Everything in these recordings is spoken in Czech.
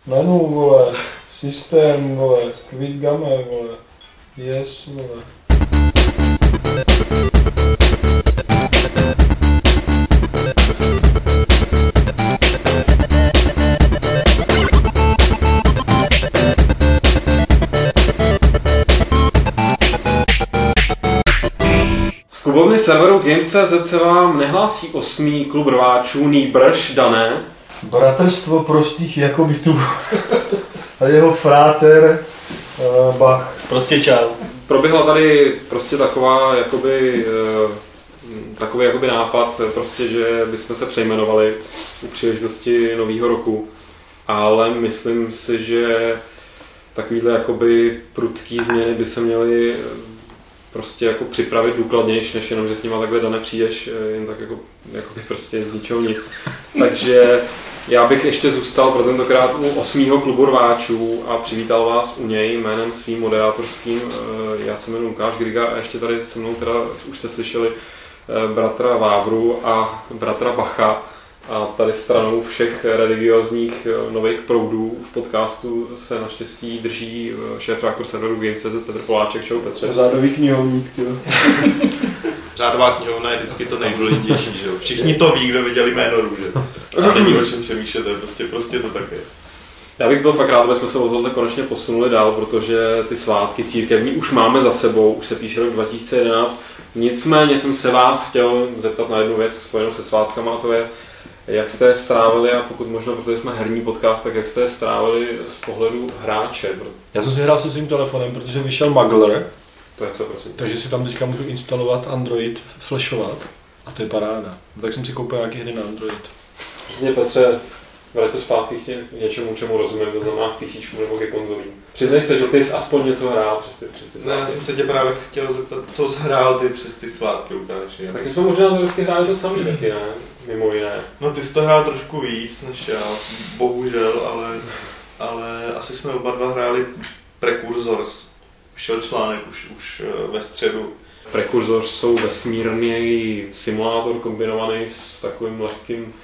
Menu, vole, systém, vole, quit game, vole, yes, vole. Z klubovny serveru Games.cz se vám nehlásí 8. klub rváčů, nýbrž dané Bratrstvo prostých jakobitů a jeho fráter Bach. Prostě čau. Proběhla tady prostě takový jakoby nápad, prostě, že bychom se přejmenovali u příležitosti nového roku, ale myslím si, že takovýhle jakoby prudký změny by se měly prostě jako připravit důkladnější, než jenom, že s nima takhle Dane přijdeš jen tak jakoby prostě z ničeho nic. Takže já bych ještě zůstal pro tentokrát u 8. klubu rváčů a přivítal vás u něj jménem svým moderátorským. Já se jmenuji Lukáš Griga a ještě tady se mnou teda už jste slyšeli bratra Vávru a bratra Bacha. A tady stranou všech religiózních nových proudů v podcastu se naštěstí drží šéfredaktor serveru Games.cz Petr Poláček. Čau Petře. Řádový knihovník, tyjo. Řádová knihovna je vždycky to nejdůležitější, že jo. Všichni to ví, kdo viděl Jméno růže. A není o čem přemýšlet, prostě to tak je. Já bych byl fakt rád, abychom se od tohle konečně posunuli dál, protože ty svátky církevní už máme za sebou, už se píše rok 2011. Nicméně jsem se vás chtěl zeptat na jednu věc spojenou se svátkama, a to je, jak jste je strávili, a pokud možno, protože jsme herní podcast, tak jak jste je strávili z pohledu hráče? Já jsem si hrál se svým telefonem, protože vyšel Muggler. To je co, prosím? Takže si tam teďka můžu instalovat Android, flashovat a to je paráda. Tak jsem si koupil nějaký hry na Android. Přesně Petře, vrať to zpátky k něčemu, čemu rozumím, to znamená k PC nebo ke konzolím. Přiznej se, že ty jsi aspoň něco hrál přes ty svátky. Ne, já jsem se tě právě chtěl zeptat, co jsi hrál ty přes ty svátky, Lukáši. Tak jsme možná vždycky hráli to samý taky, ne? Mimo jiné. No ty jsi to hrál trošku víc než já, bohužel, ale asi jsme oba dva hráli Precursors. Vyšel článek už ve středu. Precursors jsou vesmírný simulátor kombinovaný s takovým lehkým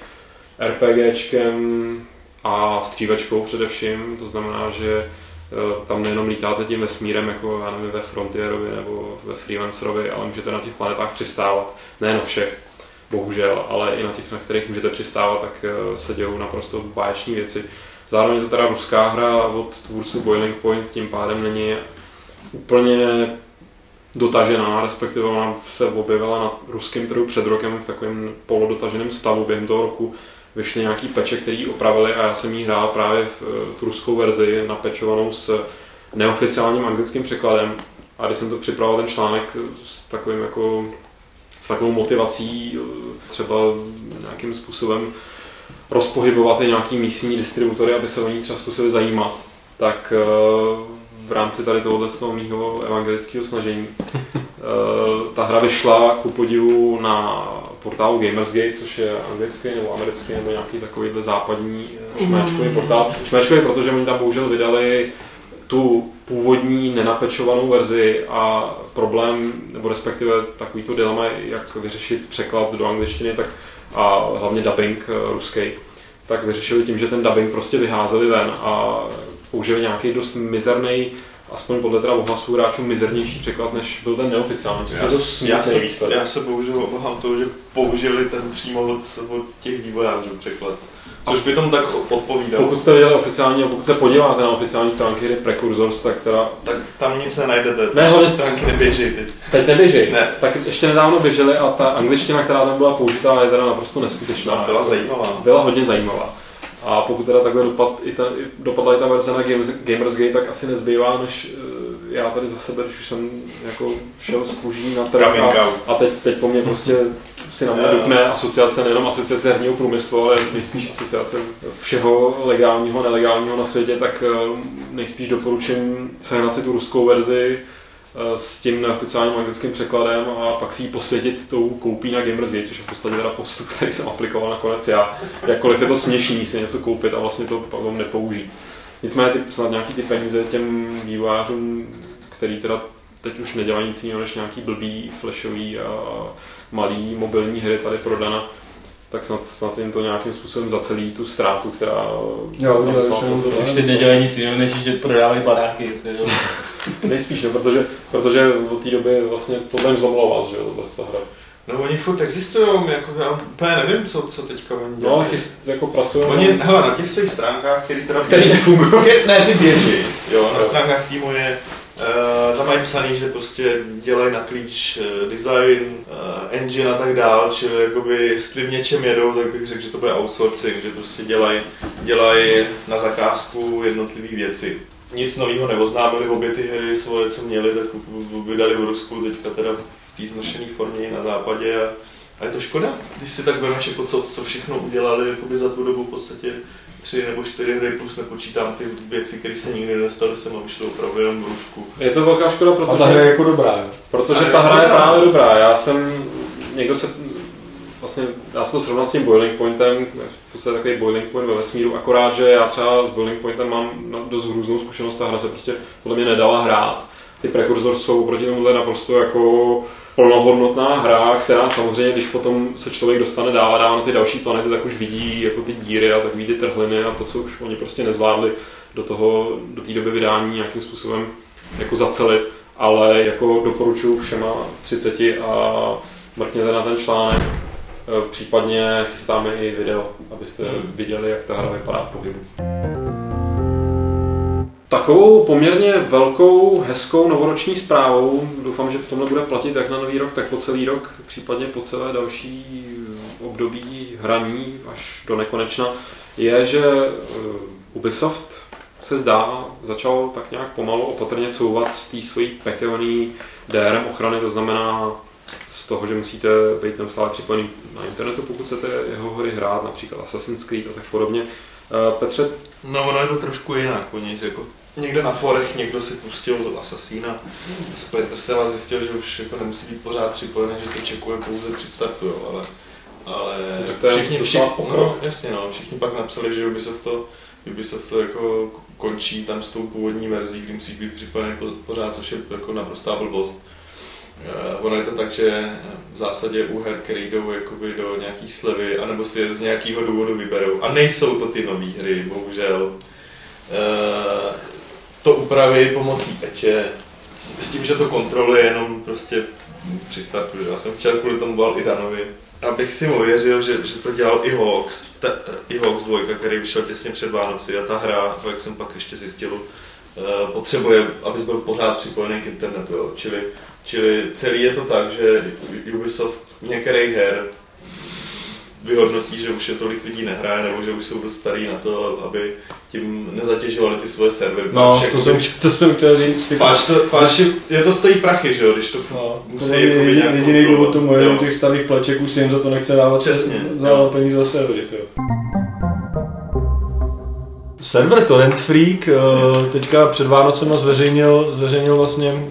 RPGčkem a střívačkou především. To znamená, že tam nejenom lítáte tím vesmírem, jako já nevím, ve Frontierovi nebo ve Freelancerovi, ale můžete na těch planetách přistávat. Ne na všech, bohužel, ale i na těch, na kterých můžete přistávat, tak se dějou naprosto báječní věci. Zároveň je to teda ruská hra od tvůrců Boiling Point, tím pádem není úplně dotažená, respektive ona se objevila na ruském trhu před rokem v takovém polodotaženém stavu. Během toho roku vyšly nějaký peče, který opravili a já jsem jí hrál právě v tu ruskou verzi napečovanou s neoficiálním anglickým překladem. A když jsem to připravoval ten článek s takovou motivací třeba nějakým způsobem rozpohybovat i nějaký místní distributory, aby se o ní třeba zkusili zajímat, tak v rámci tady tohoto mýho evangelického snažení ta hra vyšla ku podivu na portálu Gamersgate, což je anglický nebo americký nebo nějaký takovýhle západní šméčkový portál. Šméčkový, protože oni tam bohužel vydali tu původní nenapečovanou verzi a problém, nebo respektive takovýto dilema, jak vyřešit překlad do angličtiny, tak a hlavně dubbing ruský, tak vyřešili tím, že ten dubbing prostě vyházeli ven a použili nějaký dost mizerný, aspoň podle teda ohlasů hráčů, mizernější překlad, než byl ten neoficiální. Já se bohužel obávám toho, že použili ten přímo od těch vývojářů překlad. Což by tomu tak odpovídalo. Pokud jste viděli oficiálně, pokud se podíváte na oficiální stránky hry Precursors, tak teda... Tak tam nic nenajdete, ne, stránky neběžej teď. Teď neběžej. Ne. Tak ještě nedávno běžely a ta angličtina, která tam byla použitá, je teda naprosto neskutečná. Byla zajímavá. Byla hodně zajímavá. A pokud teda takhle dopadla i ta verze na Gamersgate, tak asi nezbývá, než já tady za sebe, když už jsem jako šel z kůží na trh a teď po mně prostě si na mě dupne asociace, nejenom asociace herního průmyslu, ale nejspíš asociace všeho legálního, nelegálního na světě, tak nejspíš doporučím sehnat si tu ruskou verzi s tím neoficiálním anglickým překladem a pak si ji posvětit tou koupí na Gamersgate, což je v podstatě teda postup, který jsem aplikoval nakonec já. Jakkoliv je to směšný si něco koupit a vlastně to potom nepoužít. Nicméně snad nějaký ty peníze těm vývojářům, který teda teď už nedělají nic jiného než nějaký blbý, flashový a malý mobilní hry tady pro Dana, tak snad jim to nějakým způsobem zacelí tu ztrátu, která... Jo, to už teď nedělají nic jiného, než že prodávají baráky. Nejspíš, no, protože od té doby vlastně tohle jim zlomilo vás, že jo, tohle hra. No oni furt existují, jako já úplně nevím, co teďka oni dělají. No, jako pracují. Oni, hele, na těch svých stránkách, který nefungují. Ne, ty běží, jo, na stránkách týmu je, tam mají psaný, že prostě dělají na klíč design, engine a tak dál, čili jakoby, jestli v něčem jedou, tak bych řekl, že to bude outsourcing, že prostě dělají na zakázku jednotlivé věci. Nic nového neoznámili, obě ty hry svoje, co měli, tak vydali v Rusku, teďka teda v té znošené formě na západě a je to škoda, když si tak vemeš, jako co všechno udělali jakoby za tu dobu v podstatě 3 nebo 4 hry, plus nepočítám ty věci, které se nikdy nedostaly sem a vyšly opravdu jenom v Rusku. Je to velká škoda, protože... A ta hra je jako dobrá. Protože ta hra je právě dobrá. Já jsem to srovnal s tím Boiling Pointem, v podstatě takový Boiling Point ve vesmíru, akorát, že já třeba s Boiling Pointem mám dost hrůznou zkušenost, ta hra se prostě podle mě nedala hrát. Ty Precursors jsou proti tomuhle naprosto jako plnohodnotná hra, která samozřejmě, když potom se člověk dává na ty další planety, tak už vidí jako ty díry a takový ty trhliny a to, co už oni prostě nezvládli do té doby vydání nějakým způsobem jako zacelit, ale jako doporučuji všema 30 a mrkněte na ten článek. Případně chystáme i video, abyste viděli, jak ta hra vypadá v pohybu. Takovou poměrně velkou, hezkou novoroční zprávou, doufám, že v tomhle bude platit jak na nový rok, tak po celý rok, případně po celé další období hraní až do nekonečna, je, že Ubisoft se zdá, začal tak nějak pomalu opatrně couvat z té svojí pekelné DRM ochrany, to znamená z toho, že musíte být neustále připojený na internetu, pokud chcete jeho hry hrát, například Assassin's Creed a tak podobně. Petře? No, ono je to trošku jinak, jako někde na forech někdo si pustil Assassina a jsem zjistil, že už jako nemusí být pořád připojený, že to čekuje pouze při startu, jo, ale všichni pak napsali, že Ubisoft to jako končí tam s tou původní verzí, kdy musí být připojený pořád, což je jako naprostá blbost. Ono je to tak, že v zásadě u her, které jdou jakoby do nějaký slevy, anebo si je z nějakého důvodu vyberou. A nejsou to ty nové hry, bohužel. To upraví pomocí peče, s tím, že to kontroluje jenom prostě při startu. Já jsem včera kvůli tomu volal i Danovi, abych si ověřil, že to dělal i Hawks 2, který vyšel těsně před Vánoci a ta hra, jak jsem pak ještě zjistil, potřebuje, abys byl pořád připojený k internetu. Jo. Čili celý je to tak, že Ubisoft některých her vyhodnotí, že už je tolik lidí nehraje, nebo že už jsou dost starý na to, aby tím nezatěžovali ty svoje servery. No, to jsem chtěl říct. Je to stojí prachy, že jo, když to musí jako být nějak jediný důvod tomu je, těch starých pleček už si jim za to nechce dávat peníze za servery. Server Torrent Freak teďka před Vánocema zveřejnil vlastně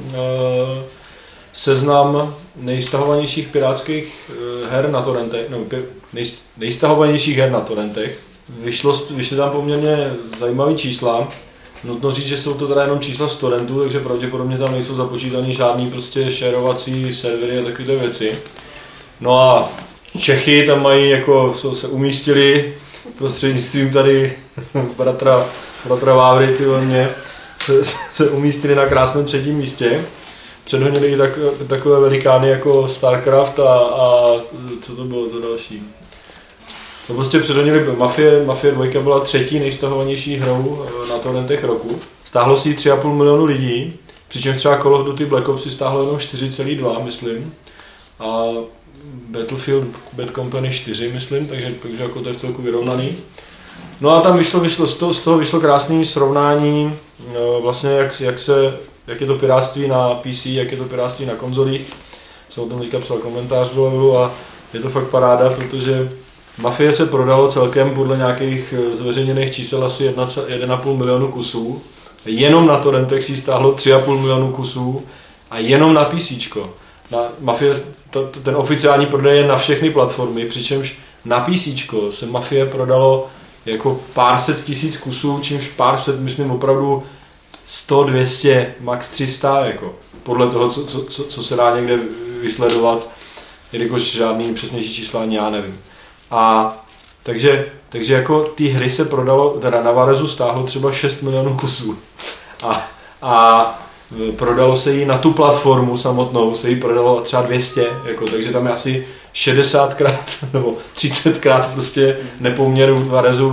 seznam nejstahovanějších pirátských her na torrentech, nejstahovanějších her na torrentech. Vyšly tam poměrně zajímavý čísla. Nutno říct, že jsou to teda jenom čísla z torrentů, takže pravděpodobně tam nejsou započítaný žádný prostě shareovací servery a takové věci. No a Čechy tam mají jako se umístili prostřednictvím tady bratra Vávry, se umístili na krásném 3. místě. Předhonili i takové velikány jako StarCraft a co to bylo to další. No prostě předhonili Mafie 2 byla 3. nejstahovanější hrou na torrentech roku. Stáhlo si 3,5 milionu lidí, přičemž třeba Call of Duty Black Ops si stáhlo jenom 4,2, myslím. A Battlefield Bad Company 4, myslím, takže jako to je v celku vyrovnaný. No a tam z toho vyšlo krásné srovnání, vlastně jak je to pirátství na PC, jak je to pirátství na konzolích. Jsem o tom teďka psal komentář do levelu a je to fakt paráda, protože Mafie se prodalo celkem podle nějakých zveřejněných čísel asi 1,5 milionu kusů. Jenom na torrentech si stáhlo 3,5 milionu kusů a jenom na PCčko. Na Mafie, ten oficiální prodej je na všechny platformy, přičemž na PCčko se Mafie prodalo jako pár set tisíc kusů, čímž pár set, myslím opravdu 100, 200, max 300, jako podle toho, co se dá někde vysledovat, jelikož žádný přesnější čísla ani já nevím. A takže jako ty hry se prodalo, teda na Varezu stáhlo třeba 6 milionů kusů. A prodalo se jí na tu platformu samotnou, se jí prodalo třeba 200, jako, takže tam je asi 60krát nebo 30krát prostě nepoměr Varezu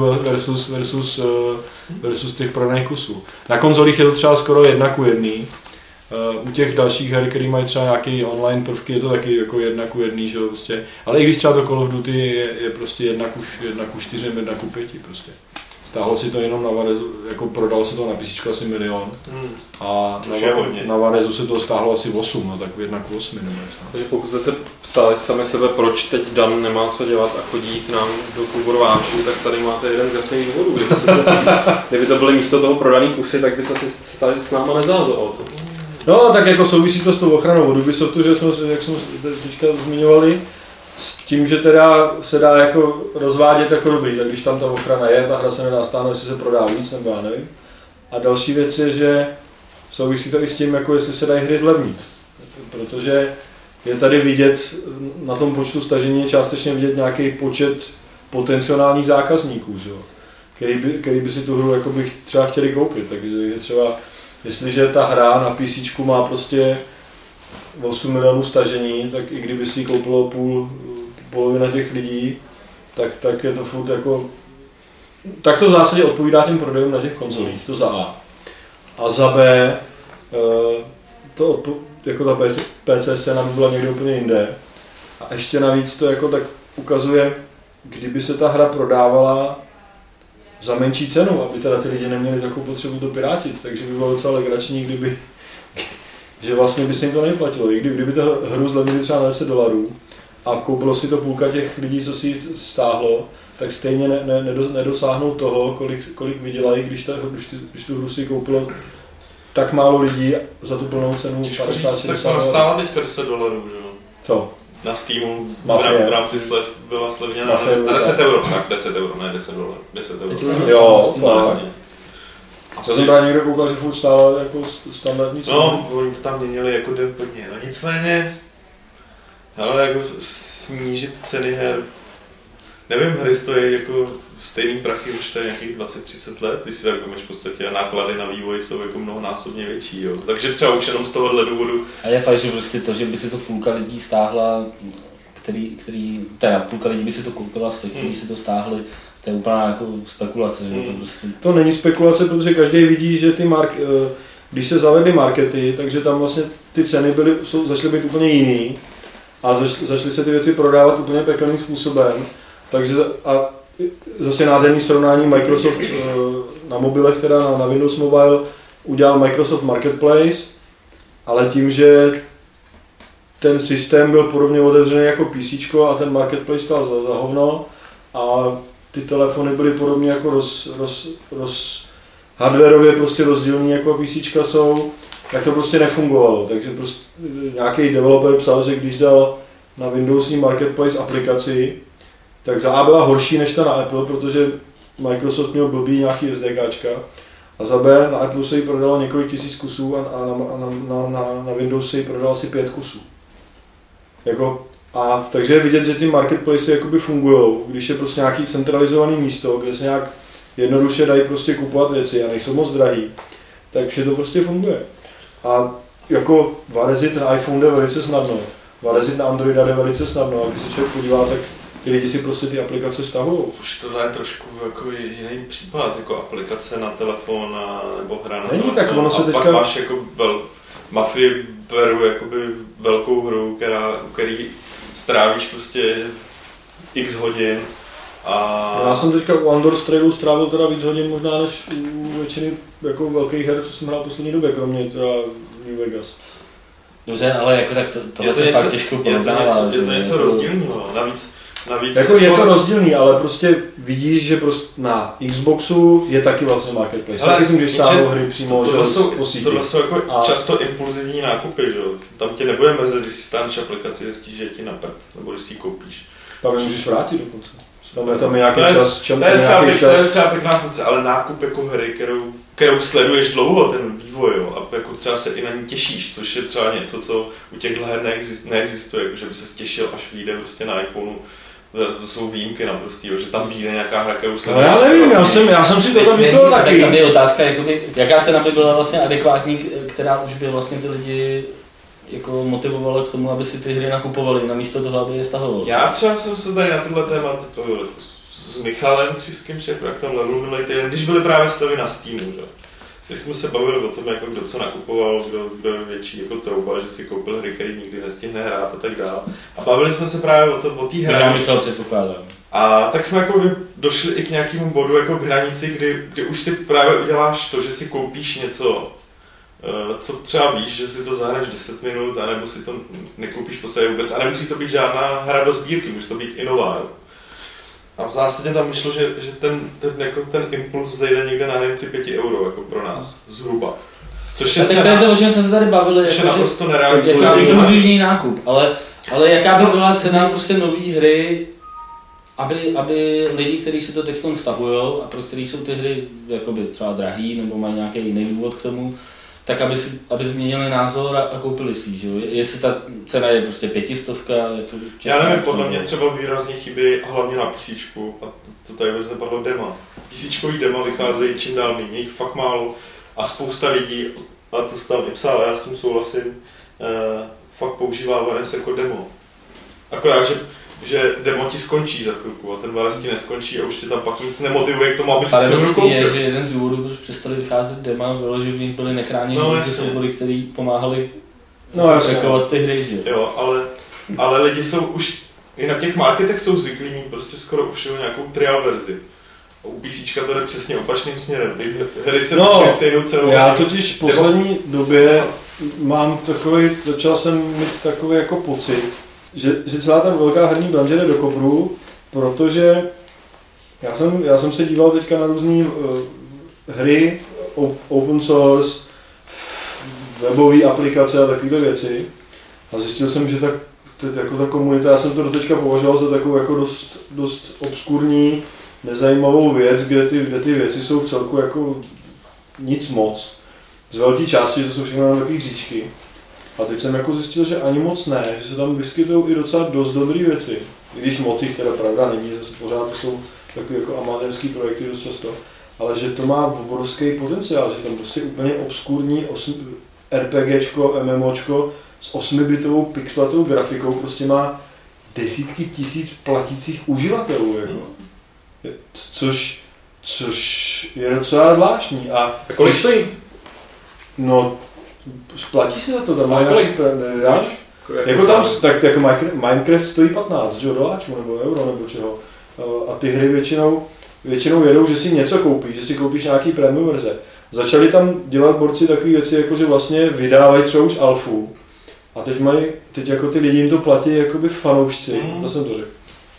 versus těch prodaných kusů. Na konzolích je to třeba skoro 1:1. U těch dalších her, který mají třeba nějaké online prvky, je to taky jako 1:1, že jo, prostě. Ale i když třeba to Call of Duty je prostě 1:4, 1:5 prostě. Stáhlo si to jenom na Varezu, jako prodalo se to na PC asi 1 milion. A na Varezu se to stáhlo asi 8, no tak 1:8. Takže pokud jste se ptali sami sebe, proč teď Dan nemá co dělat a chodí k nám do klubu rváčů, tak tady máte jeden z jasných důvodů. Kdyby to byly místo toho prodaný kusy, tak by se asi tady s náma nezázoval, co? No, tak jako souvisí to s tou ochranou od Ubisoftu, že jsme, jak jsme teďka zmiňovali, s tím, že teda se dá jako rozvádět jako dobrý, tak když tam ta ochrana je, ta hra se nedá stáhnout, jestli se prodá víc, nebo já nevím. A další věc je, že souvisí to i s tím, jako jestli se dají hry zlevnit. Protože je tady vidět, na tom počtu stažení je částečně vidět nějaký počet potenciálních zákazníků, že? Který by si tu hru jako by třeba chtěli koupit. Takže třeba, jestliže ta hra na PC má prostě 8 milionů stažení, tak i kdyby si ji koupilo polovina těch lidí, tak je to furt jako... Tak to v zásadě odpovídá těm prodejům na těch konzolích, to za A. A za B, jako ta PC scéna by byla někde úplně jinde. A ještě navíc to jako tak ukazuje, kdyby se ta hra prodávala za menší cenu, aby teda ty lidi neměli takovou potřebu to pirátit, takže by bylo docela legrační, kdyby že vlastně by se jim to neplatilo. I kdyby to hru zlevnili třeba na $10 a koupilo si to půlka těch lidí, co si ji stáhlo, tak stejně nedosáhnou toho, kolik vydělají, když tu hru si koupilo tak málo lidí za tu plnou cenu. Tak ona stála teďka $10, že jo? Co? Na Steamu v rámci slev byla slevněna na 10 euro. Tak 10 euro, ne $10. 10 euro. Jo, vlastně. To jsem právě někdo koukal, že furt stála jako standardní cenu. No, oni to tam měnili jako hodně. No nicméně, ale jako snížit ceny her, nevím, hry stojí jako stejný prachy už tady nějakých 20-30 let, když si tak v podstatě náklady na vývoj jsou jako mnohonásobně větší, jo. Takže třeba už jenom z tohohle důvodu. A je fakt, že prostě to, že by si to půlka lidí stáhla, teda půlka lidí by si to koupila z těch, kteří si to stáhli, to je úplná jako spekulace. To, prostě... to není spekulace, protože každý vidí, že když se zavedly markety, takže tam vlastně ty ceny začaly být úplně jiný a začaly se ty věci prodávat úplně pekelným způsobem. Takže a zase nádherný srovnání Microsoft na mobilech, teda na Windows Mobile udělal Microsoft Marketplace, ale tím, že ten systém byl podobně otevřený jako PC a ten Marketplace stál za hovno a ty telefony byly podobně jako hardwareově prostě rozdílný jako PCčka jsou, tak to prostě nefungovalo. Takže prostě nějaký developer psal, že když dal na Windowsní Marketplace aplikaci, tak za A byla horší než ta na Apple, protože Microsoft měl blbý nějaký SDKčka a za B na Apple se jí prodalo několik tisíc kusů a na Windows se jí prodalo asi 5 kusů. Jako, a takže je vidět, že ty marketplace jakoby fungujou, když je prostě nějaký centralizovaný místo, kde se nějak jednoduše dají prostě kupovat věci a nejsou moc drahý, takže to prostě funguje. A jako varezit na iPhone jde velice snadno, varezit na Android jde velice snadno, a když se člověk podívá, tak ty lidi si prostě ty aplikace stahují. Už tohle je trošku jako jiný případ, jako aplikace na telefon nebo hra na telefon. Tak ono se teďka... pak máš jako Mafii beru jakoby velkou hru, u který strávíš prostě x hodin. A... Já jsem teďka u Andor's Trailu strávil teda víc hodin možná než u většiny jako velkých her, co jsem hrál v poslední době, kromě teda New Vegas. Dobře, ale jako tak tohle se fakt těžko porovnává. Je to něco rozdílného, navíc jako je to rozdílný, ale prostě vidíš, že prostě na Xboxu je taky vlastně marketplace. Ale taky si můžeš stáhnout hry přímo tohle jsou jako často impulzivní nákupy, že jo? Tam tě nebude mrzet, když si stáneš aplikaci, zjistíš, že je ti na prd, nebo když si ji koupíš. Tam můžeš vrátit dokonce. Tam je nějaký čas. To je třeba pěkná funkce, ale nákup jako hry, kterou sleduješ dlouho, ten vývoj, jo, a jako třeba se i na ní těšíš, což je třeba něco, co u těchto her neexistuje, jako že by se těšil, až vyjde prostě na iPhoneu To jsou výjimky naprostý, že tam vyjde nějaká hra, kterou se... Ale já nevím, já jsem si tohle myslel taky. Tak tam je otázka, jakoby, jaká cena by byla vlastně adekvátní, která už by vlastně ty lidi jako motivovala k tomu, aby si ty hry nakupovali, namísto toho, aby je stahovali. Já třeba jsem se tady na tohle téma s Michalem Křivským šéfredaktorem Levelu minulý týden, když byly právě stavy na Steamu, že? Když jsme se bavili o tom, jako kdo co nakupoval, kdo je větší jako trouba, že si koupil hry, který nikdy nestihne hrát a tak dále. A bavili jsme se právě o té hraní. Michal předpokládám. A tak jsme jako došli i k nějakému bodu, jako k hranici, kdy už si právě uděláš to, že si koupíš něco, co třeba víš, že si to zahraješ 10 minut, anebo si to nekoupíš po sobě vůbec. A nemusí to být žádná hra do sbírky, může to být i nová. A v zásadě tam myšlo, že ten impuls zejde někde na hranici 5 € jako pro nás, zhruba. Což je cena, to je to, o čem jsme se tady bavili. Což jako, je naprosto nereálný. Exkluzivní nákup, ale jaká by byla cena prostě nový hry, aby lidi, kteří si to teď stahujou a pro který jsou ty hry jakoby třeba drahý nebo mají nějaký jiný důvod k tomu, tak aby změnili názor a koupili si, že jo? Jestli ta cena je prostě 500, jako já nevím, podle mě třeba výrazně chybí hlavně na PCčku, a to tady vůbec nepadlo dema. PCčkový dema vycházejí čím dál méně, jich fakt málo a spousta lidí, a to se tam i psal, já s tím souhlasím, fakt používá Vares jako demo. Akorát, že demo ti skončí za chvilku a ten Vares ti neskončí a už tě tam pak nic nemotivuje k tomu, aby si to koupil. Je, že jeden z důvodů, proč přestali vycházet dema, bylo, že v nich byly nechráněni soubory, který pomáhali trackovat ty hry, že? Jo, ale lidi jsou už, i na těch marketech jsou zvyklí mít prostě skoro už nějakou trial verzi. A u PCčka to jde přesně opačným směrem, ty hry se počítají stejnou cenou. Já totiž v poslední době mám začal jsem mít takový jako pocit, že celá ta velká herní branže jde do kopru, protože já jsem se díval teďka na různé hry, open source, webové aplikace a takové věci a zjistil jsem, že jako ta komunita, já jsem to doteďka považoval za takovou jako dost obskurní, nezajímavou věc, kde ty věci jsou v celku jako nic moc. Z velké části to jsou všechno takové hříčky. A teď jsem jako zjistil, že ani moc ne, že se tam vyskytují i docela dost dobré věci. I když moc jich teda pravda není, že pořád to jsou takové jako amatérský projekty dost často, ale že to má obrovský potenciál, že tam prostě úplně obskurní RPGčko, MMOčko s 8-bitovou pixelatovou grafikou prostě má desítky tisíc platících uživatelů. Jako. Což je docela zvláštní. A kolik stojí? No, platí se za to, tam má nějaký jako tam, tak jako Minecraft stojí 15 doláčů nebo euro nebo čeho. A ty hry většinou jedou, že si něco koupíš, že si koupíš nějaký premium verze. Začali tam dělat borci takové věci, jako že vlastně vydávají třeba už alfu. A teď jako ty lidi jim to platí jakoby fanoušci, to jsem to řekl.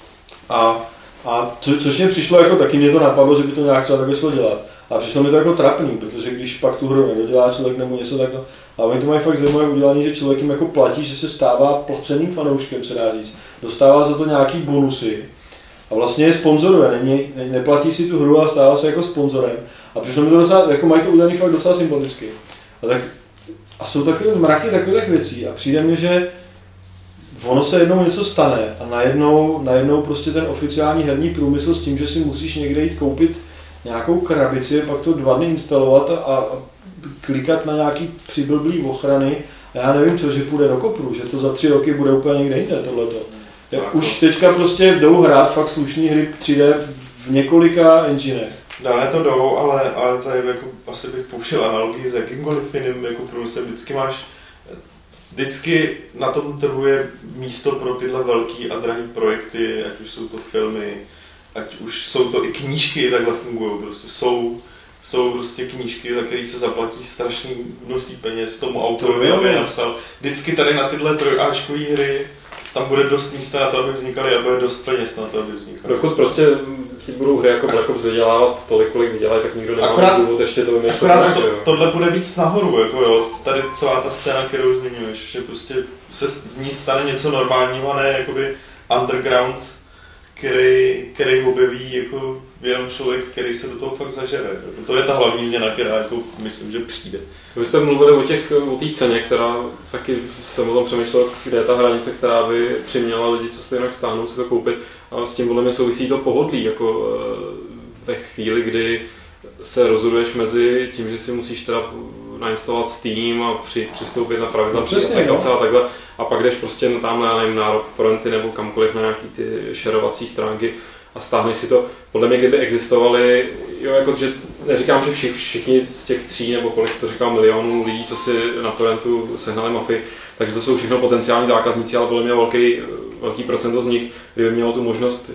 A což mě přišlo, jako taky mě to napadlo, že by to nějak třeba takhle šlo dělat. A přišlo mi to jako trapný, protože když pak tu hru nedodělá člověk nebo něco takhle. A oni to mají fakt zajímavé udělání, že člověk jim jako platí, že se stává placeným fanouškem, se dá říct. Dostává za to nějaký bonusy. A vlastně je sponzoruje, neplatí si tu hru a stává se jako sponzorem. A přišlo mi to docela, jako mají to udělané fakt docela sympaticky. A jsou takové mraky takových věcí a přijde mi, že ono se jednou něco stane a najednou prostě ten oficiální herní průmysl s tím, že si musíš někde jít koupit nějakou krabici, pak to 2 dny instalovat a klikat na nějaký přiblblý ochrany a já nevím co, že půjde do kopru, že to za 3 roky bude úplně někde jinde tohleto. Už teďka prostě jdou hrát fakt slušný hry 3D v několika enginech. Dále to jdou, ale tady jako asi bych poušel analogii s jakýmkoliv jiným jako průmyslem. Vždycky na tom trhu je místo pro tyhle velký a drahý projekty, ať už jsou to filmy, ať už jsou to i knížky, takhle fungují. Prostě jsou prostě knížky, za které se zaplatí strašný množství peněz tomu autorovi, aby je napsal. Vždycky tady na tyhle trojáčkové hry tam bude dost místa na to, aby vznikaly a bude dost peněz na to, aby vznikaly. Dokud prostě budou hry jako Black Ops vydělávat tolik, kolik vydělají, tak nikdo nemá důvod ještě to vymýšlet. Akorát tohle bude víc nahoru, jako jo. Tady celá ta scéna, kterou zmiňuješ, že prostě se z ní stane něco normálního, a ne jakoby underground, který objeví jako jenom člověk, který se do toho fakt zažere. To je ta hlavní změna, která jako myslím, že přijde. Vy jste mluvili o té ceně, která taky jsem o tom přemýšlel, kde je ta hranice, která by přiměla lidi, co se jinak stáhnou, si to koupit. A s tím podle mě souvisí to pohodlí, jako ve chvíli, kdy se rozhoduješ mezi tím, že si musíš teda nainstalovat Steam a přistoupit na pravidla aplikace a takhle, a pak jdeš prostě tam na torrenty nebo kamkoliv na nějaký ty šerovací stránky a stáhneš si to. Podle mě, kdyby existovaly, jo, jako, že neříkám, že všichni z těch 3 nebo kolik jsi to říkal milionů lidí, co si na torrentu sehnali mafii, takže to jsou všechno potenciální zákazníci, ale podle mě velký procento z nich, kdyby mělo tu možnost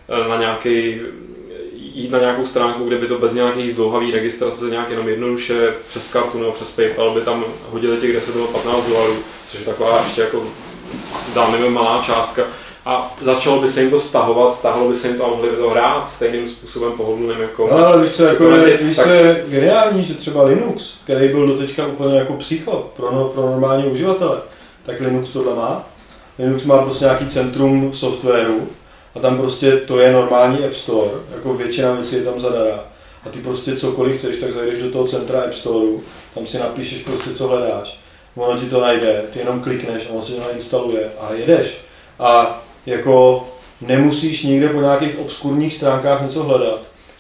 jít na nějakou stránku, kde by to bez nějakých zdlouhavých registrace nějak jenom jednoduše přes kartu nebo přes PayPal by tam hodili těch 10 nebo $15, což je taková ještě jako zdánlivě malá částka. A začalo by se jim to stáhlo by se jim to a mohli by to hrát stejným způsobem pohodlným jako... Ale víš co je geniální, že třeba Linux, který byl doteďka úplně jako psycho pro normální uživatele, tak Linux tohle má. Linux má prostě nějaký centrum softwaru a tam prostě to je normální App Store, jako většina věcí je tam zadará. A ty prostě cokoliv chceš, tak zajdeš do toho centra App Storeu, tam si napíšeš prostě co hledáš, ono ti to najde, ty jenom klikneš, ono si to nainstaluje a jedeš. A jako nemusíš nikde po nějakých obskurních stránkách něco hledat.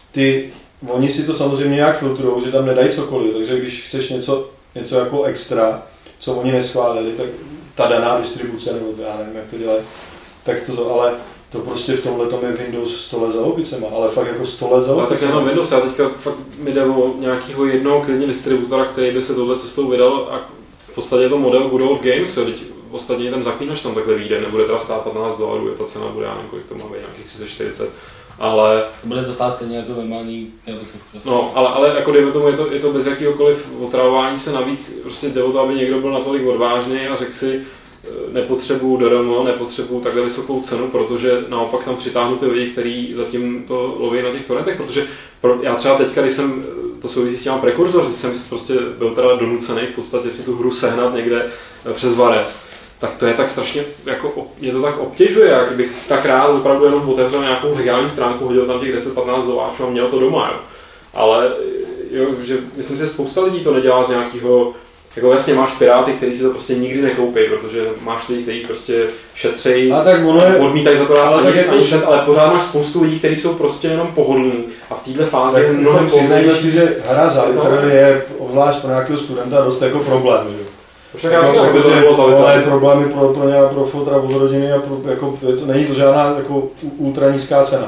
Oni si to samozřejmě nějak filtrujou, že tam nedají cokoliv, takže když chceš něco jako extra, co oni neschválili, tak ta daná distribuce, nebo já nevím, jak to dělají, tak ale to prostě v tomhletom je Windows 100 let za opicema, ale fakt jako 100 let za opicema. Tak jenom Windows, já teďka fakt mi jde o nějakého jednoho klidně distributora, který by se touhle cestou vydal a v podstatě je to model Good Old Games, jo, teď ostatně ten zaklínač tam takhle vyjde, nebude teda stát $15, je ta cena, bude já nevím, kolik to má být, nějakých 30-40, ale... Bude to stát stejně jako normální kabelcovka. No, ale jako dejme tomu, je to bez jakýhokoliv otravování se, navíc prostě jde o to, aby někdo byl natolik odvážný a řekl si, nepotřebuju DRM, nepotřebuju takhle vysokou cenu, protože naopak tam přitáhnu ty lidi, kteří zatím to loví na těch torrentech, protože já třeba teďka, když jsem, to souvisí s těma prekurzory, jsem prostě byl teda donucený v podstatě si tu hru sehnat někde přes Varez, tak to je tak strašně, jako, mě to tak obtěžuje, jak kdybych tak rád opravdu jenom otevřel nějakou legální stránku, hodil tam těch 10-15 doláčů a měl to doma, jo. Ale jo, že myslím si, že spousta lidí to nedělá z nějakého, jako jasně máš piráty, kteří si to prostě nikdy nekoupí, protože máš lidi, kteří prostě šetřejí, odmítají za to dát ale pořád máš spoustu lidí, kteří jsou prostě jenom pohodlní a v této fázi je mnohem pohodlnější. Si, že hra za litr je obzvlášť pro nějakého studenta dost jako problém, že? Však já říkám, aby to bylo za litr. Ale problémy pro fotra, pro rodiny a jako, to není to žádná jako ultra nízká cena.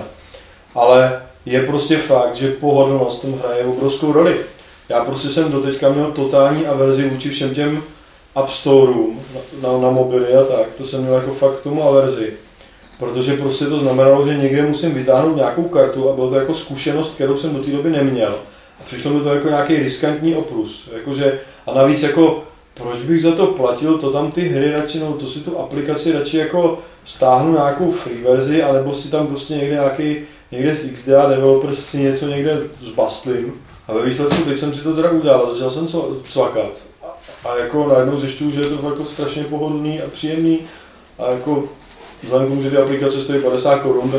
Ale je prostě fakt, že pohodlnost tam hraje obrovskou roli. Já prostě jsem doteďka měl totální averzi vůči všem těm App Storeům na mobily a tak. To jsem měl jako fakt k tomu averzi. Protože prostě to znamenalo, že někde musím vytáhnout nějakou kartu a bylo to jako zkušenost, kterou jsem do té doby neměl. A přišlo mi to jako nějaký riskantní oprus. Jakože, a navíc jako, proč bych za to platil, to tam ty hry radši, no to si tu aplikaci radši jako stáhnu nějakou free verzi, anebo si tam prostě někde z XDA Developers si něco někde zbastlím. A ve výsledku teď jsem si to teda udělal, začal jsem cvakat. A jako najednou zjišťuju, že je to jako strašně pohodlný a příjemný. A jako vzhledem k tomu, že ty aplikace stojí 50 Kč,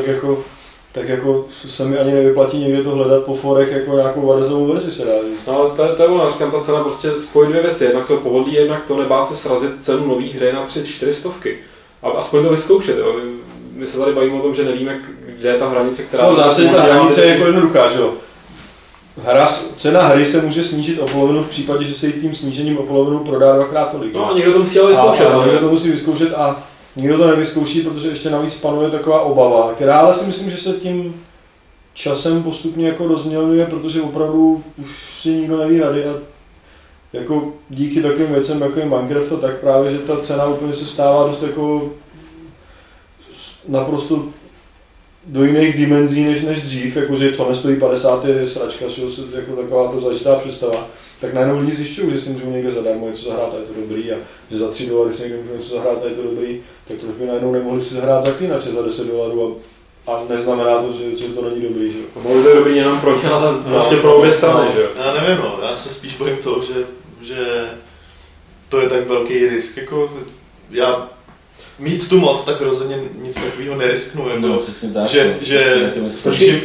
tak jako se mi ani nevyplatí někde to hledat po forech jako nějakou varezovou verzi se dá říct. No ale to je ono, říkám, ta cena prostě spojí dvě věci. Jednak to pohodlí, jednak to nebát se srazit cenu nový hry na 3-4 stovky. A aspoň to vyzkoušet, jo. My se tady bavíme o tom, že nevíme, kde je ta hranice, která... No zase ta hranice je jako jednoduchá, že jo. Cena hry se může snížit o polovinu v případě, že se jí tím snížením o polovinu prodá dvakrát tolik. No a někdo to musí ale vyzkoušet. A někdo to musí vyzkoušet a nikdo to nevyzkouší, protože ještě navíc panuje taková obava, která ale si myslím, že se tím časem postupně jako rozmělňuje, protože opravdu už si nikdo neví rady a jako díky takovým věcem, jako je Minecraft, a tak právě, že ta cena úplně se stává dost jako naprosto do jiných dimenzí než dřív, jakože co nestojí 50 je sračka, jako taková to zažitá představa, tak najednou lidi zjišťují, že si můžou někde zadarmo něco zahrát a je to dobrý a že za $3 si někde můžou něco zahrát a je to dobrý, tak proč by najednou nemohli si zahrát zaklínače za $10 a neznamená to, že to není dobrý, že jo. Mohli to je dobrý jenom pro ně, ale vlastně pro obě strany, že jo. Já nevím, no, já se spíš bojím toho, že to je tak velký risk, jako já mít tu moc, tak rozhodně nic takového nerisknu, jako, no, přesně tak,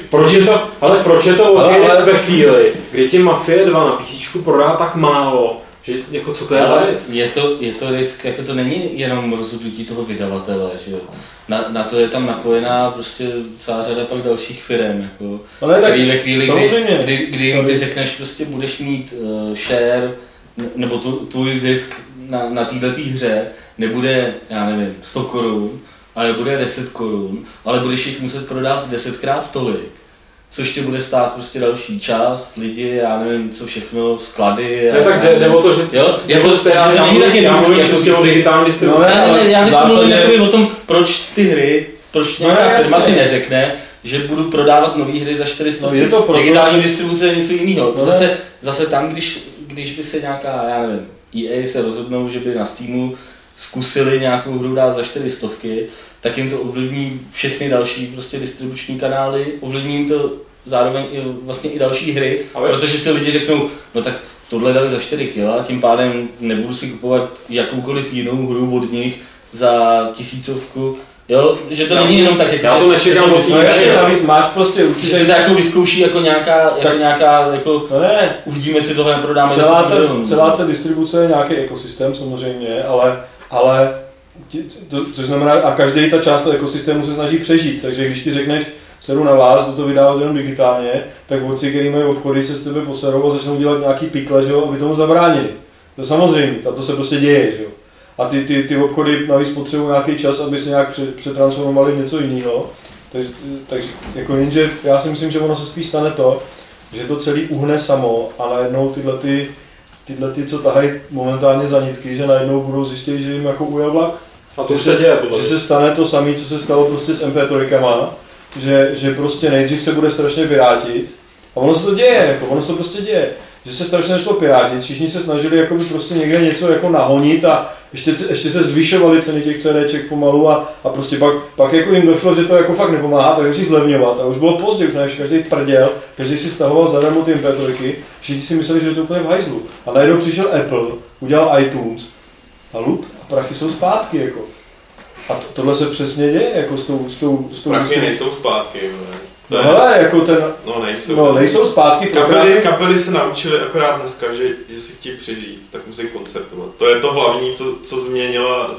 proč je to ve chvíli, kdy ti Mafie 2 na PC prodá tak málo Že, jako co to je za risk? Je to risk, jako to není jenom rozhodnutí toho vydavatele, že jo. Na to je tam napojená prostě celá řada pak dalších firm, jako, který ve chvíli, kdy jim ty řekneš, prostě budeš mít share, nebo tvůj zisk na této hře nebude, já nevím, 100 korun, ale bude 10 korun, ale budeš jich muset prodat 10krát tolik. Což tě bude stát prostě další čas, lidi, já nevím, co všechno, sklady. Ne, tak jde o to, že... Jo, je to není tak jednoduchý, jako si... digitální distribuci. Já teď mluvím o tom, proč ty hry, proč nějaká firma si neřekne, že budu prodávat nové hry za 400. Digitální distribuce je něco jiného. Zase tam, když by se nějaká, já nevím, EA se rozhodnou, že by na Steamu zkusili nějakou hru dát za 400, tak jim to ovlivní všechny další prostě distribuční kanály, ovlivní jim to zároveň vlastně i další hry, protože si lidi řeknou, no tak tohle dali za 4 kg, tím pádem nebudu si kupovat jakoukoliv jinou hru od nich za 1000. Jo, že to není jenom tak, jako já to nečekám od navíc máš prostě určitě... Že se to jako vyzkouší jako nějaká jako uvidíme si tohle, neprodáme celá ta distribuce je nějaký ekosystém samozřejmě, ale což znamená, a každý ta část toho ekosystému se snaží přežít, takže když ty řekneš, seru na vás, do toho vydávat jenom digitálně, tak vodci, který mají obchody, se s tebe poserou a začnou dělat nějaký pikle, že jo, aby tomu zabránili. To samozřejmě, a to se prostě děje, že jo. A ty obchody navíc potřebují nějaký čas, aby se nějak přetransformovali v něco jiného. Takže jako jenže já si myslím, že ono se spíš stane to, že to celý uhne samo a najednou tyhle, co tahají momentálně za nitky, že najednou budou zjistit, že jim jako ujel vlak. A to se děje. Že se stane to samé, co se stalo prostě s MP3, že prostě nejdřív se bude strašně pirátit. A ono se to děje, jako, ono se to prostě děje. Že se strašně nešlo pirátit, všichni se snažili jakoby prostě někde něco jako nahonit a ještě se zvyšovaly ceny těch CDček pomalu a prostě pak jako jim došlo, že to jako fakt nepomáhá, tak začali zlevňovat a už bylo pozdě, už než každý prděl, každý si stahoval zadarmo ty MP3, všichni si mysleli, že to je úplně v hajzlu. A najednou přišel Apple, udělal iTunes a lup a prachy jsou zpátky jako. A tohle se přesně děje jako s tou prachy nejsou zpátky, no hele, jako ten... nejsou zpátky. Kapely se naučili akorát dneska, že si chtějí přežít, tak musí koncertovat. To je to hlavní, co změnila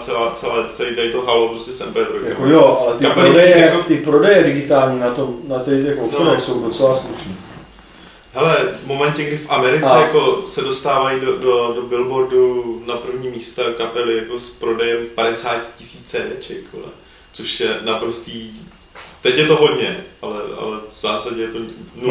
celý tady to halo prostě s MP3. Jako jo, ale ty prodeje digitální na ty jako obchodech jsou docela slušný. Hele, v momentě, kdy v Americe jako se dostávají do Billboardu na první místa kapely jako s prodejem 50 000 CDček, což je naprostý... Teď je to hodně, ale v zásadě je to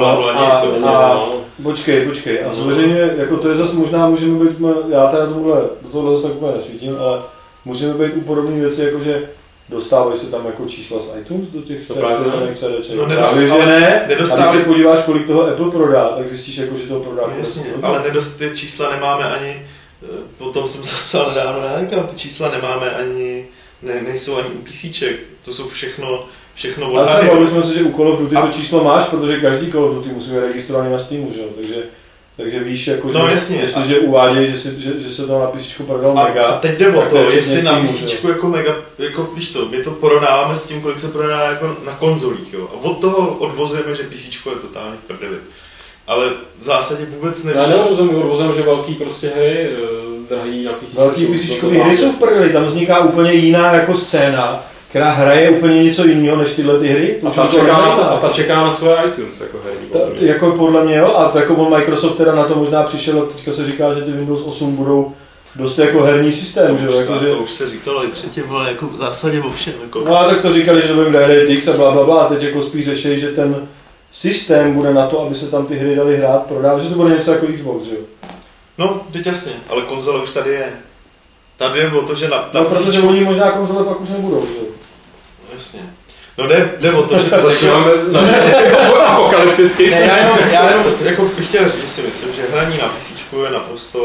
0,0 nic. Počkej. A samozřejmě, jako to je zase možná, můžeme být, já teda do tohle zase tak úplně nesvítím, ale můžeme být u podobné věci, jako že dostávají se tam jako čísla z iTunes do těch CDček. No právě, že ne. A když se podíváš, kolik toho Apple prodá, tak zjistíš, jako, že toho prodá. Jasně, ale ty čísla nemáme ani, potom jsem se ptal nedávno, ty čísla nemáme ani, nejsou ani u PCček, to jsou všechno ale třeba bavili jsme se, že u Call of Duty to číslo máš, protože každý Call of Duty musí být registrovaný na Steamu, že? Takže víš, jako, že jestliže uvádějí, že se to na PCčku prodal mega. A teď jde o to, jestli na PCčku jako mega, jako víš co, my to porovnáváme s tím, kolik se prodá jako na konzolích, jo. A od toho odvozujeme, že PCčko je totálně prdeli. Ale v zásadě vůbec nevíš. Já odvozujeme, že velký prostě hry, drahý na PCčku. Velký PCčkový hry jsou v prdeli, tam vzniká úplně jiná jako scéna, která hraje úplně něco jiného než tyhle ty hry. A ta čeká na své iTunes jako herní. Jako podle mě jo, a jako on Microsoft teda na to možná přišel, a teďka se říká, že ty Windows 8 budou dost jako herní systém, že jo? To už se říkalo i předtím, ale jako v zásadě o všem. Jako... No a tak to říkali, že to bude DirectX a blablabla, a teď jako spíš řeší, že ten systém bude na to, aby se tam ty hry dali hrát, prodávat, že to bude něco jako Xbox, že jo? No, teď jasně, ale konzole už tady je. Tady je o to, že protože oni možná konzole pak už nebudou, že jo? Jasně. No jde o to, že začínáme apokalypticky. Já jenom jako bych chtěl říct, že si myslím, že hraní na PCčku je naprosto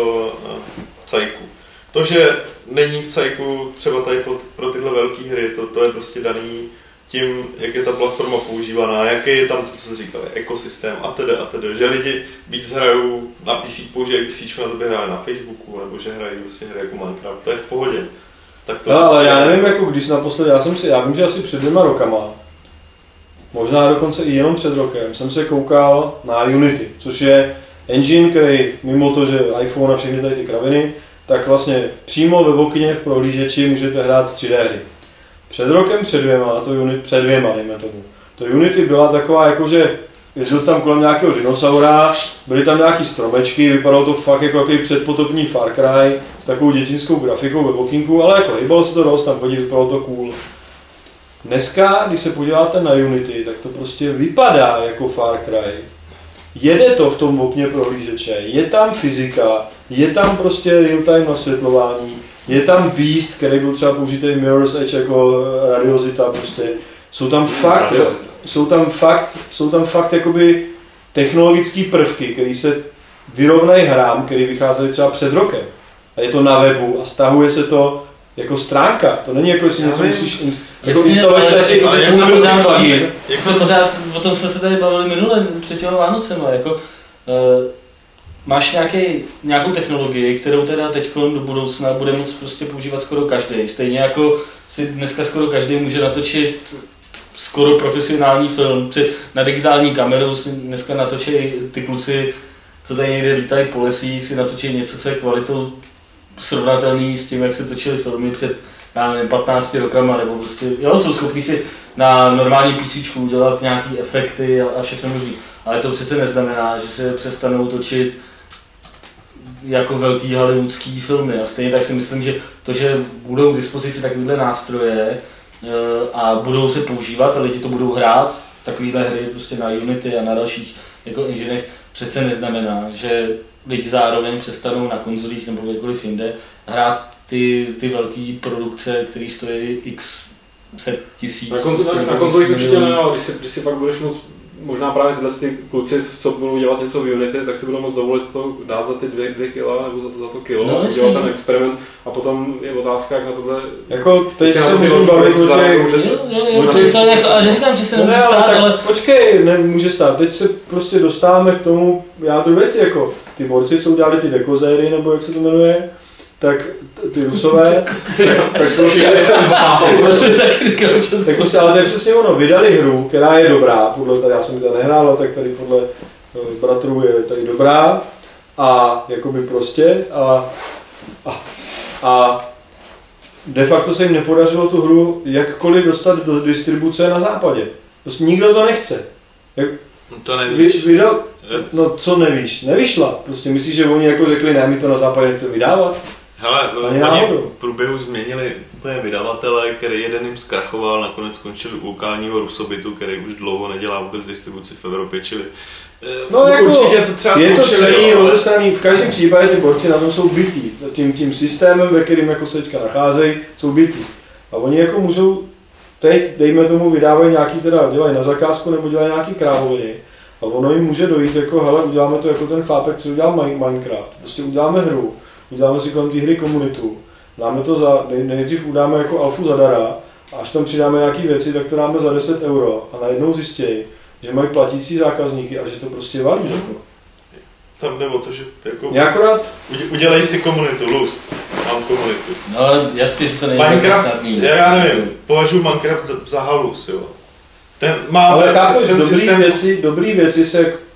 v cajku. To, že není v cajku třeba tady pro tyhle velké hry, to je prostě daný tím, jak je ta platforma používaná, jaký je tam, co jsi říkali, ekosystém a tedy, že lidi víc hrajou na PC, používají PCčku na to, by hrají na Facebooku, nebo že hrají vlastně hry jako Minecraft, to je v pohodě. Tak to ale já nevím, jako když naposledy, já vím, že asi před 2 rokama, možná dokonce i jenom před rokem, jsem se koukal na Unity, což je engine, který mimo to, že iPhone a všechny tady ty kraviny, tak vlastně přímo ve okně v prohlížeči můžete hrát 3D hry. Před rokem, před dvěma, dejme tomu. To Unity byla taková jakože jezdil tam kolem nějakého dinosaura, byly tam nějaký stromečky, vypadalo to fakt jako jaký předpotopní Far Cry s takovou dětinskou grafikou ve okýnku, ale jako hýbalo se to dost, tam chodit, vypadalo to cool. Dneska, když se podíváte na Unity, tak to prostě vypadá jako Far Cry. Jede to v tom okně prohlížeče, je tam fyzika, je tam prostě real-time nasvětlování, je tam Beast, který byl třeba použitý Mirror's Edge jako radiozita prostě. Jsou tam fakt jakoby technologické prvky, které se vyrovnají hrám, které vycházely třeba před rokem. A je to na webu a stahuje se to jako stránka. To není jako, jestli něco musíš instaluješ si plugin. Pořád, o tom jsme se tady bavili minule před těmi Vánocema. Jako, máš nějakou technologii, kterou teda teď do budoucna bude moct prostě používat skoro každý. Stejně jako si dneska skoro každý může natočit skoro profesionální film. Na digitální kameru si dneska natočí ty kluci, co tady někde lítají po lesích, si natočí něco, co je kvalitou srovnatelný s tím, jak se točily filmy před 15 rokama, nebo prostě, jo, jsou schopní si na normální PCčku udělat nějaký efekty a všechno možný. Ale to přece neznamená, že se přestanou točit jako velký hollywoodský filmy. A stejně tak si myslím, že to, že budou k dispozici takovýhle nástroje a budou se používat a lidi to budou hrát, takovýhle hry prostě na Unity a na dalších jako enginech, přece neznamená, že lidi zároveň přestanou na konzolích nebo kdekoliv jinde hrát ty velké produkce, které stojí x set tisíc. Na konzolích určitě ne, ale když si pak budeš moct, možná právě tyhle ty kluci, co budou dělat něco v Unity, tak si budou moct dovolit to dát za ty 2 kila nebo za to kilo, no, udělat ten experiment a potom je otázka, jak na tohle... Jako teď se můžu bavit o těch... Ale neříkám, že se nemůže stát, ale... Počkej, nemůže stát, teď se prostě dostáváme k tomu jádru věci, jako ty borci, co udělali ty dekozéry, nebo jak se to jmenuje, tak ty Rusové, tak prostě, ale to je přesně ono, vydali hru, která je dobrá, podle tady, já jsem tady nehrál, tak tady podle bratrů je tady dobrá a jakoby prostě a de facto se jim nepodařilo tu hru jakkoliv dostat do distribuce na západě. Prostě nikdo to nechce. To nevíš. No co nevíš? Nevyšla. Prostě myslíš, že oni jako řekli, ne, my to na západě nechceme vydávat? Hele, oni v průběhu změnili úplně vydavatele, který jeden jim zkrachoval, nakonec skončil u lokálního Rusobitu, který už dlouho nedělá vůbec distribuci v Evropě, čili no jako, určitě to třeba je to celý rozestraný, v každém případě ty borci na tom jsou bytí. Tím systémem, ve kterým jako se teďka nacházejí, jsou bytí. A oni jako můžou, teď dejme tomu, vydávají nějaký, teda dělají na zakázku nebo dělají nějaký krávoviny. A ono jim může dojít jako, hele, uděláme to jako ten chlápek, co udělal Minecraft. Prostě uděláme hru, uděláme si kolem té hry komunitu, dáme to nejdřív udáme jako alfu zadara, a až tam přidáme nějaké věci, tak to dáme za 10 € a najednou zjistějí, že mají platící zákazníky a že to prostě valí. Jako. Tam jde o to, že jako akorát udělej si komunitu, Lust, mám komunitu. No jasně, že to není Minecraft, snadný. Já nevím, považuji Minecraft za halus, jo. Ten má ale chápeš, dobrý věci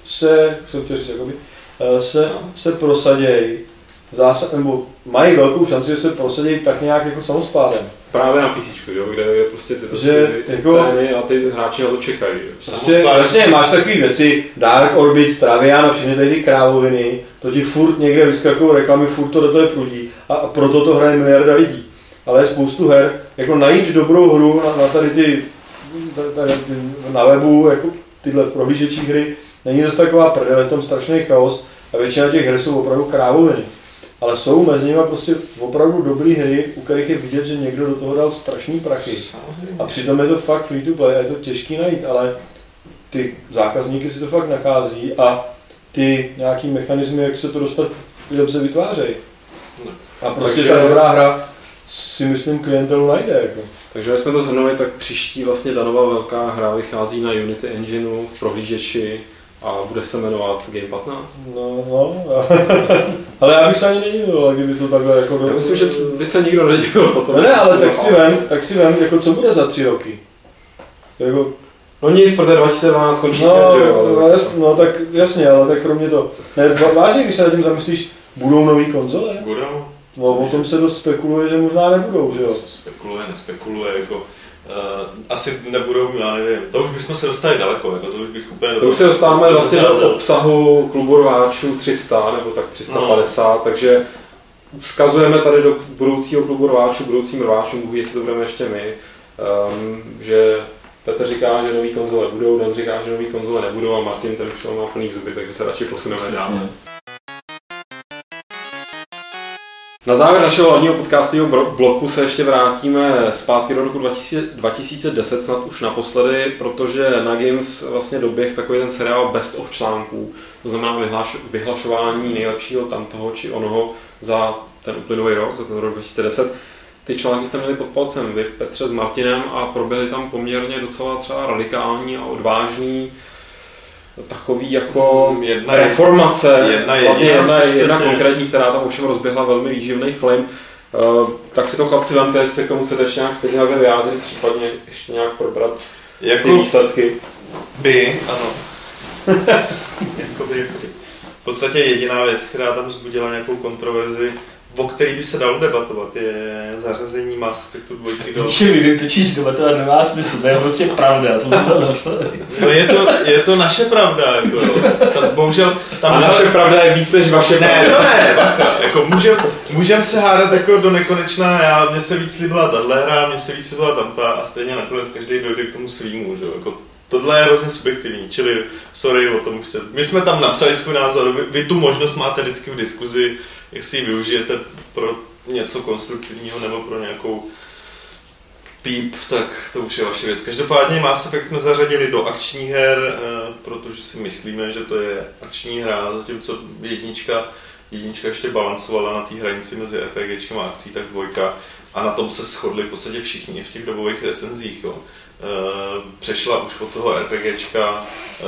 se prosadějí, nebo mají velkou šanci, že se prosadějí tak nějak jako samospádem. Právě na PCčku, jo, kde je prostě ty scény a ty hráči na to čekají. Prostě vlastně máš takové věci, Dark Orbit, Travian a všechny tady ty krávoviny, to ti furt někde vyskakují reklamy, furt to do toho prudí a proto to hraje miliarda lidí. Ale je spoustu her, jako najít dobrou hru na tady ty na webu, jako tyhle v prohlížečích hry, není zase taková prdel, je tam strašný chaos a většina těch her jsou opravdu krávoviny. Ale jsou mezi nimi prostě opravdu dobré hry, u kterých je vidět, že někdo do toho dal strašný prachy. A přitom je to fakt free to play a je to těžký najít, ale ty zákazníky si to fakt nachází a ty nějaký mechanismy, jak se to dostat, lidem se vytvářejí. A prostě ta dobrá hra si myslím klientelu najde. Jako. Takže když jsme to shrnuli, tak příští vlastně danová velká hra vychází na Unity Engineu v prohlížeči a bude se jmenovat Game 15. No. Ale já bych se ani nedivil, kdyby to takhle jako... Já myslím, že by se nikdo nedivil potom. Ne, ale tak si vem, jako co bude za 3 roky. Jako, No nic, protože 2012 skončí no tak jasně, ale tak kromě toho. Ne, vážně, když se nad tím zamyslíš, budou nový konzole? Budou. No o tom se dost spekuluje, že možná nebudou, že jo? Nespekuluje, jako... asi nebudou, já nevím, to už bychom se dostali daleko, jako to už bych úplně... To už se dostáváme vlastně do obsahu klubu rváčů 300, nebo tak 350, takže vzkazujeme tady do budoucího klubu rváčů, budoucím rváčům, Bůh, jestli to budeme ještě my, že Petr říká, že nový konzole budou, Dan říká, že nový konzole nebudou a Martin ten už má plný zuby, takže se radši posuneme dál. Na závěr našeho hlavního podcastového bloku se ještě vrátíme zpátky do roku 2010, snad už naposledy, protože na Games vlastně doběh takový ten seriál Best of článků, to znamená vyhlašování nejlepšího tamtoho či onoho za ten uplynulý rok, za ten rok 2010. Ty články jste měli pod palcem vy, Petře, s Martinem a proběhly tam poměrně docela třeba radikální a odvážný takový jako reformace, jedna konkrétní, která tam ovšem rozběhla velmi výživný film. Tak si to chlapci vemte, jestli se k tomu chcete ještě nějak zpětně vyjádřit, případně ještě nějak probrat ty výsledky. Ano. V podstatě jediná věc, která tam vzbudila nějakou kontroverzi, o který by se dalo debatovat, je zařazení Mass Effectu 2 do... Když lidem točíš debatovat nemá smysl, to je prostě pravda, to jsme tam napsali. No je to naše pravda, jako bohužel... Tam a naše pravda je víc než vaše pravda. Ne, to ne, bacha, jako můžem se hádat jako do nekonečna, mně se víc líbila tahle hra, mně se víc líbila tamta a stejně nakonec každý dojde k tomu svýmu, že jako tohle je hrozně subjektivní, čili sorry, o tom už se... My jsme tam napsali svůj názor, vy tu možnost máte vždycky v diskuzi, jestli ji využijete pro něco konstruktivního nebo pro nějakou píp, tak to už je vaše věc. Každopádně Mass Effect jsme zařadili do akčních her, protože si myslíme, že to je akční hra, zatímco jednička ještě balancovala na té hranici mezi RPGčkem a akcí, tak dvojka a na tom se shodli v podstatě všichni v těch dobových recenzích. Jo. Přešla už od toho RPGčka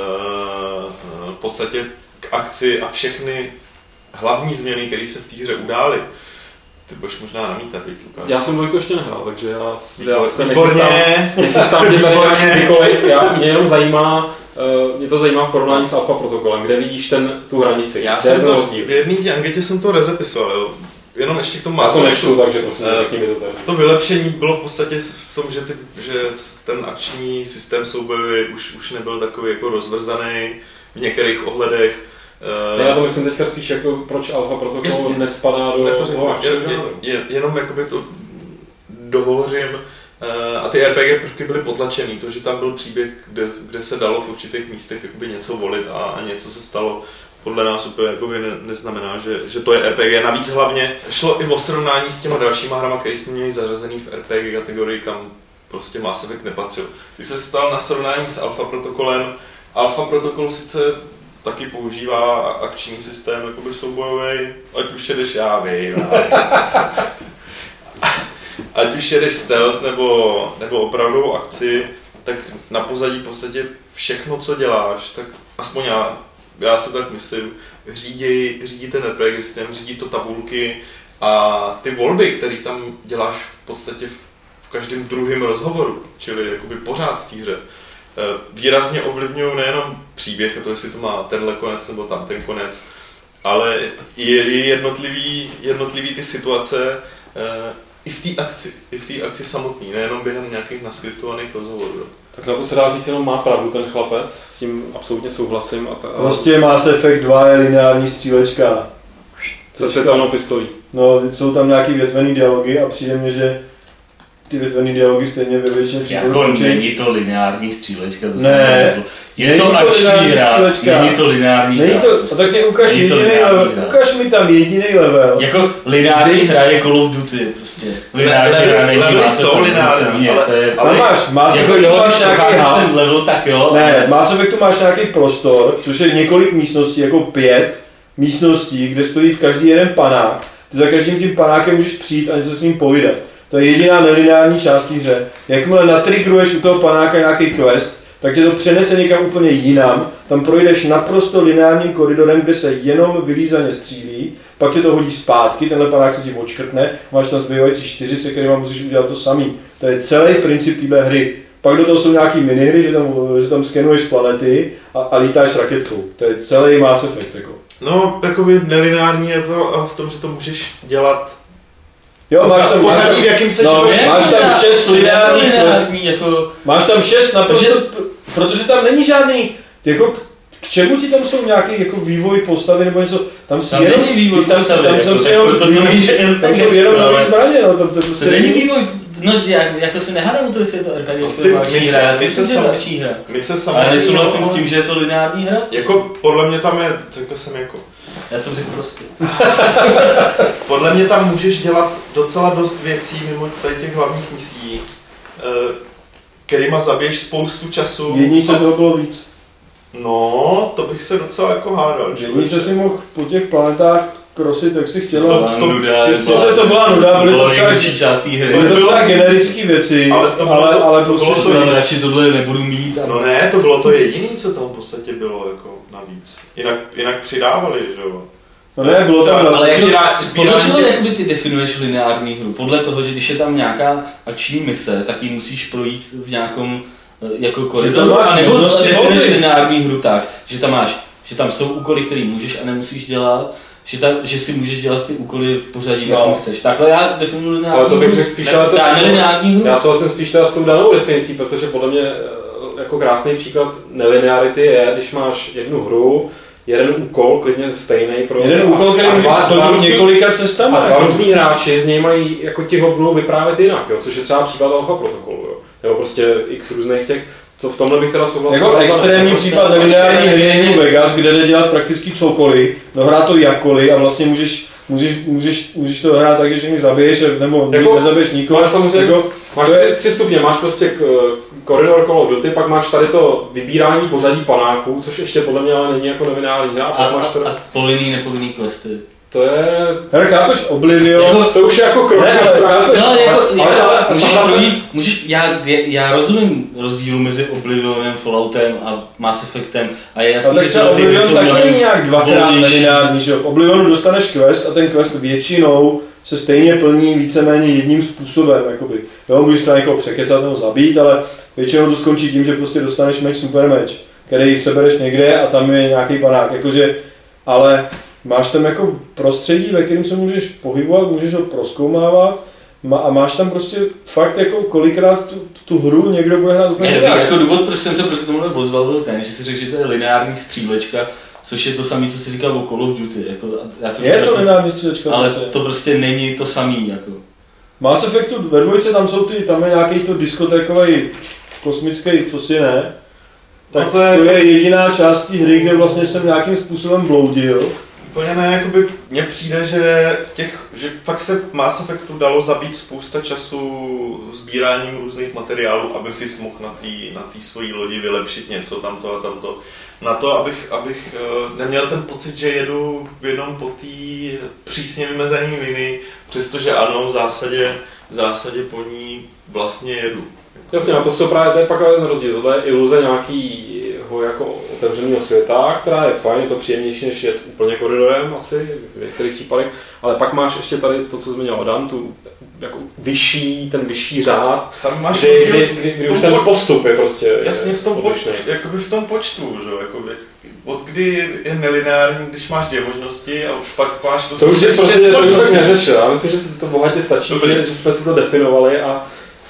v podstatě k akci a všechny hlavní změny, které se v té hře udály. Ty budeš možná namítat, víc, Lukáš. Já jsem dvojku ještě nehrál, takže já se nechystám kdykoliv. Mě jenom zajímá, mě to zajímá v porovnání s Alpha protokolem, kde vidíš tu hranici. Já jsem to, v jedné angetě jsem to rezepisoval, jo. Jenom ještě k tomu Mass Effectu. Já to nečtu, takže prosím, řekni mi to tady. To vylepšení bylo v podstatě v tom, že ten akční systém soubojový už nebyl takový jako rozvrzaný v některých ohledech. Já to myslím teďka spíš jako proč Alpha protokol nespadá do toho akčního žánru. Jenom jakoby to dohovořím. A ty RPG prvky byly potlačený. To, že tam byl příběh, kde se dalo v určitých místech jakoby něco volit a něco se stalo, podle nás úplně jakoby neznamená, že to je RPG. Navíc hlavně šlo i o srovnání s těma dalšíma hrama, které jsme měli zařazený v RPG kategorii, kam prostě Mass Effect nepatřil. Když se stal na srovnání s Alpha protokolem, Alpha protokol sice taky používá akční systém jakoby soubojový, ať už jedeš ať už jedeš stealth nebo opravdovou akci, tak na pozadí v podstatě všechno, co děláš, tak aspoň já se tak myslím, řídí ten RPG systém, řídí to tabulky a ty volby, které tam děláš v podstatě v každém druhém rozhovoru, čili jakoby pořád v té hře, výrazně ovlivňují nejenom příběh, a to jestli to má tenhle konec nebo tam ten konec, ale i jednotlivý ty situace i v té akci samotný, nejenom během nějakých naskriptovaných rozhovorů. Tak na to se dá říct, jenom má pravdu ten chlapec, s tím absolutně souhlasím. Prostě Mass Effect 2 je lineární střílečka. Se světelnou pistolí. No, jsou tam nějaký větvený dialogy a přijde mně, že ty větvený dialogy stejně ve většině případů. Jako není to lineární střílečka, to ne. Je to akční hra, není to lineární hra. A tak mě ukaž mi tam jediný level. Jako lineární hra je Call of Duty prostě. Lineární hra není Mass Effect. Ale máš jako když dochážeš ten level, tak jo. Ne, Mass Effectu máš nějaký prostor, což je několik místností, jako 5 místností, kde stojí v každý jeden panák. Ty za každým tím panákem můžeš přijít a něco s ním povídat. To je jediná nelineární část té hře. Jakmile natrigruješ u toho panáka nějaký quest, tak tě to přenese někam úplně jinam. Tam projdeš naprosto lineárním koridorem, kde se jenom vylízaně střílí, pak tě to hodí zpátky, tenhle panák se ti odškrtne, máš tam zbývající 4, se kterými musíš udělat to samý. To je celý princip téhle hry. pak do toho jsou nějaký minihry, že tam skenuješ planety a lítáš s raketkou. To je celý Mass Effect. Jako. No, jakoby nelineární je to a v tom, že to můžeš dělat. Jo, máš tam pořadí, v jakým se máš tam 6 lineárních jako... Máš tam 6 naprosto, protože tam není žádný, jako k čemu ti tam jsou nějaký jako vývoj postavy nebo něco, tam si jenom, není vývoj postavy, tam jsou jenom nové zbraně, no, tam to prostě není vývoj, no jako si nehádám o to, jestli je to RPG akční hra, já si myslím, že je to akční hra. Ale nesouhlasím s tím, že je to lineární hra. Jako podle mě tam je, řekl jsem jako. Já jsem řekl prostě. Podle mě tam můžeš dělat docela dost věcí mimo tady těch hlavních misí, kterýma zabiješ spoustu času. Jedničce toho bylo víc. No, to bych se docela jako hádal. Jedničce si mohl po těch planetách krosit, jak si chtěl. To byla nuda, byly to největší část té hry. Byly to třeba generické věci, ale prostě... Radši tohle nebudu mít. No ne, to bylo to jediné, co tam v podstatě bylo jako navíc. Jinak přidávali, že jo. No ne, bylo tam... Ale podle čeho jakoby ty definuješ lineární hru? Podle toho, že když je tam nějaká akční mise, tak ji musíš projít v nějakom jako koridoru, nebo definuješ lineární hru tak, že tam jsou úkoly, které můžeš a nemusíš dělat, že si můžeš dělat ty úkoly v pořadí, jak chceš. Takhle já definuji lineární hru. Ale to bych řekl spíš, já souhlasím spíš s tou danou definicí, protože podle mě jako krásný příklad nelinearity je, když máš jednu hru, jeden úkol, klidně stejný pro... Jeden úkol, který můžeš splnit několika cestami. A dva různý hráči z něj mají, jako ti ho budou vyprávět jinak, jo? Což je třeba příklad Alpha protokolu, jo? Nebo prostě x různých těch, to v tomhle bych teda souhlasil. Jako extrémní případ nelineární hry je New Vegas, kde jde dělat prakticky cokoliv, dohrát to jakkoliv a vlastně můžeš to hrát tak, že všechny zabiješ, nebo jako, nezabiješ nikoho. Samozřejmě, máš 3 stupně, máš prostě koridor Call of Duty, pak máš tady to vybírání pořadí panáků, což ještě podle mě ale není jako novinární hra. A povinný, nepovinný questy. To je... Hele, chápeš, Oblivion... Jako, to už je jako krok. Já rozumím rozdílu mezi Oblivionem, Falloutem a Mass Effectem a je jasný, že Oblivion taky není nějak dvakrát lineární, že v Oblivionu dostaneš quest a ten quest většinou se stejně plní víceméně jedním způsobem, jakoby. Jo, můžeš tam někoho překecat nebo zabít, ale většinou to skončí tím, že prostě dostaneš meč, super meč, který sebereš někde a tam je nějaký panák, jakože, ale máš tam jako prostředí, ve kterém se můžeš pohybovat, můžeš ho prozkoumávat a máš tam prostě fakt jako kolikrát tu hru někdo bude hrát úplně jinak. Jako důvod, proč jsem se proti tomuhle ozval, byl ten, že si řekl, že to je lineární střílečka, což je to samé, co si říkal o Call of Duty. Jako, je to lineární střílečka. Ale prostě. To prostě není to samý. Jako. Mass Effectu ve dvojce tam je nějaký to diskotékový kosmický, co si ne. Tak no to je jediná část té hry, kde vlastně jsem nějakým způsobem bloudil. Úplně ne, jakoby mně přijde, že fakt se Mass Effectu dalo zabít spousta času sbíráním různých materiálů, aby si mohl na té svojí lodi vylepšit něco tamto a tamto. Na to, abych neměl ten pocit, že jedu jenom po té přísně vymezené linii, přestože ano, v zásadě po ní vlastně jedu. Jasně, a to je pak ten rozdíl. Tohle je iluze nějakého jako otevřeného světa, která je fajn, je to příjemnější, než jet úplně koridorem asi v některých případech, ale pak máš ještě tady to, co zmiňoval Adam, tu jako ten vyšší řád, tam máš kdy už ten postup je prostě jasně v tom počtu, že? Jakoby, od kdy je nelineární, když máš 2 možnosti a pak máš... To už je prostě tak neřešil, já myslím, že si to bohatě stačí, že jsme si to definovali a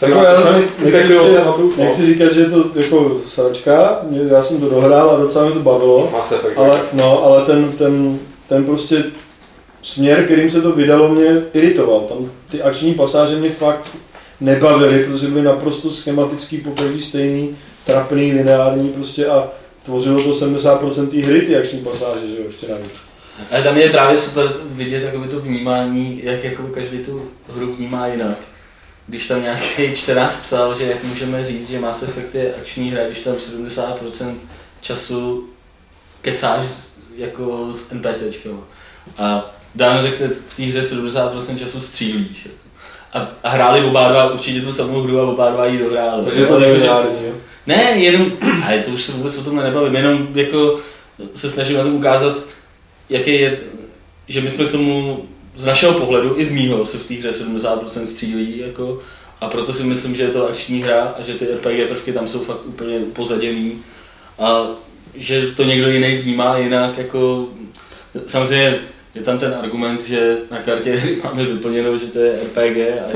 nechci říkat, že je to jako sračka, já jsem to dohrál a docela mi to bavilo, ale ten prostě směr, kterým se to vydalo, mě iritoval. Tam ty akční pasáže mě fakt nebavily, protože byly naprosto schematický, po každý stejný, trapný, lineární prostě a tvořilo to 70% té hry, ty akční pasáže, že jo, ještě navíc. Ale tam je právě super vidět jakoby to vnímání, jak jako každý tu hru vnímá jinak. Když tam nějaký čtenář psal, že jak můžeme říct, že Mass Effect je akční hra, když tam 70% času kecáš jako s NPCčkem. A Dan řekl, že v té hře 70% času střílíš. A hráli oba dva určitě tu samou hru a oba dva ji dohráli. Takže to je žádný, jo? Ne, jenom, ale to už se vůbec o tom nebavím, jenom jako se snažím na tom ukázat, jaký je, že my jsme k tomu z našeho pohledu, i z mýho, se v té hře 70% střílí, jako, a proto si myslím, že je to akční hra a že ty RPG prvky tam jsou fakt úplně upozaděný a že to někdo jiný vnímá jinak, jako samozřejmě je tam ten argument, že na kartě máme vyplněno, že to je RPG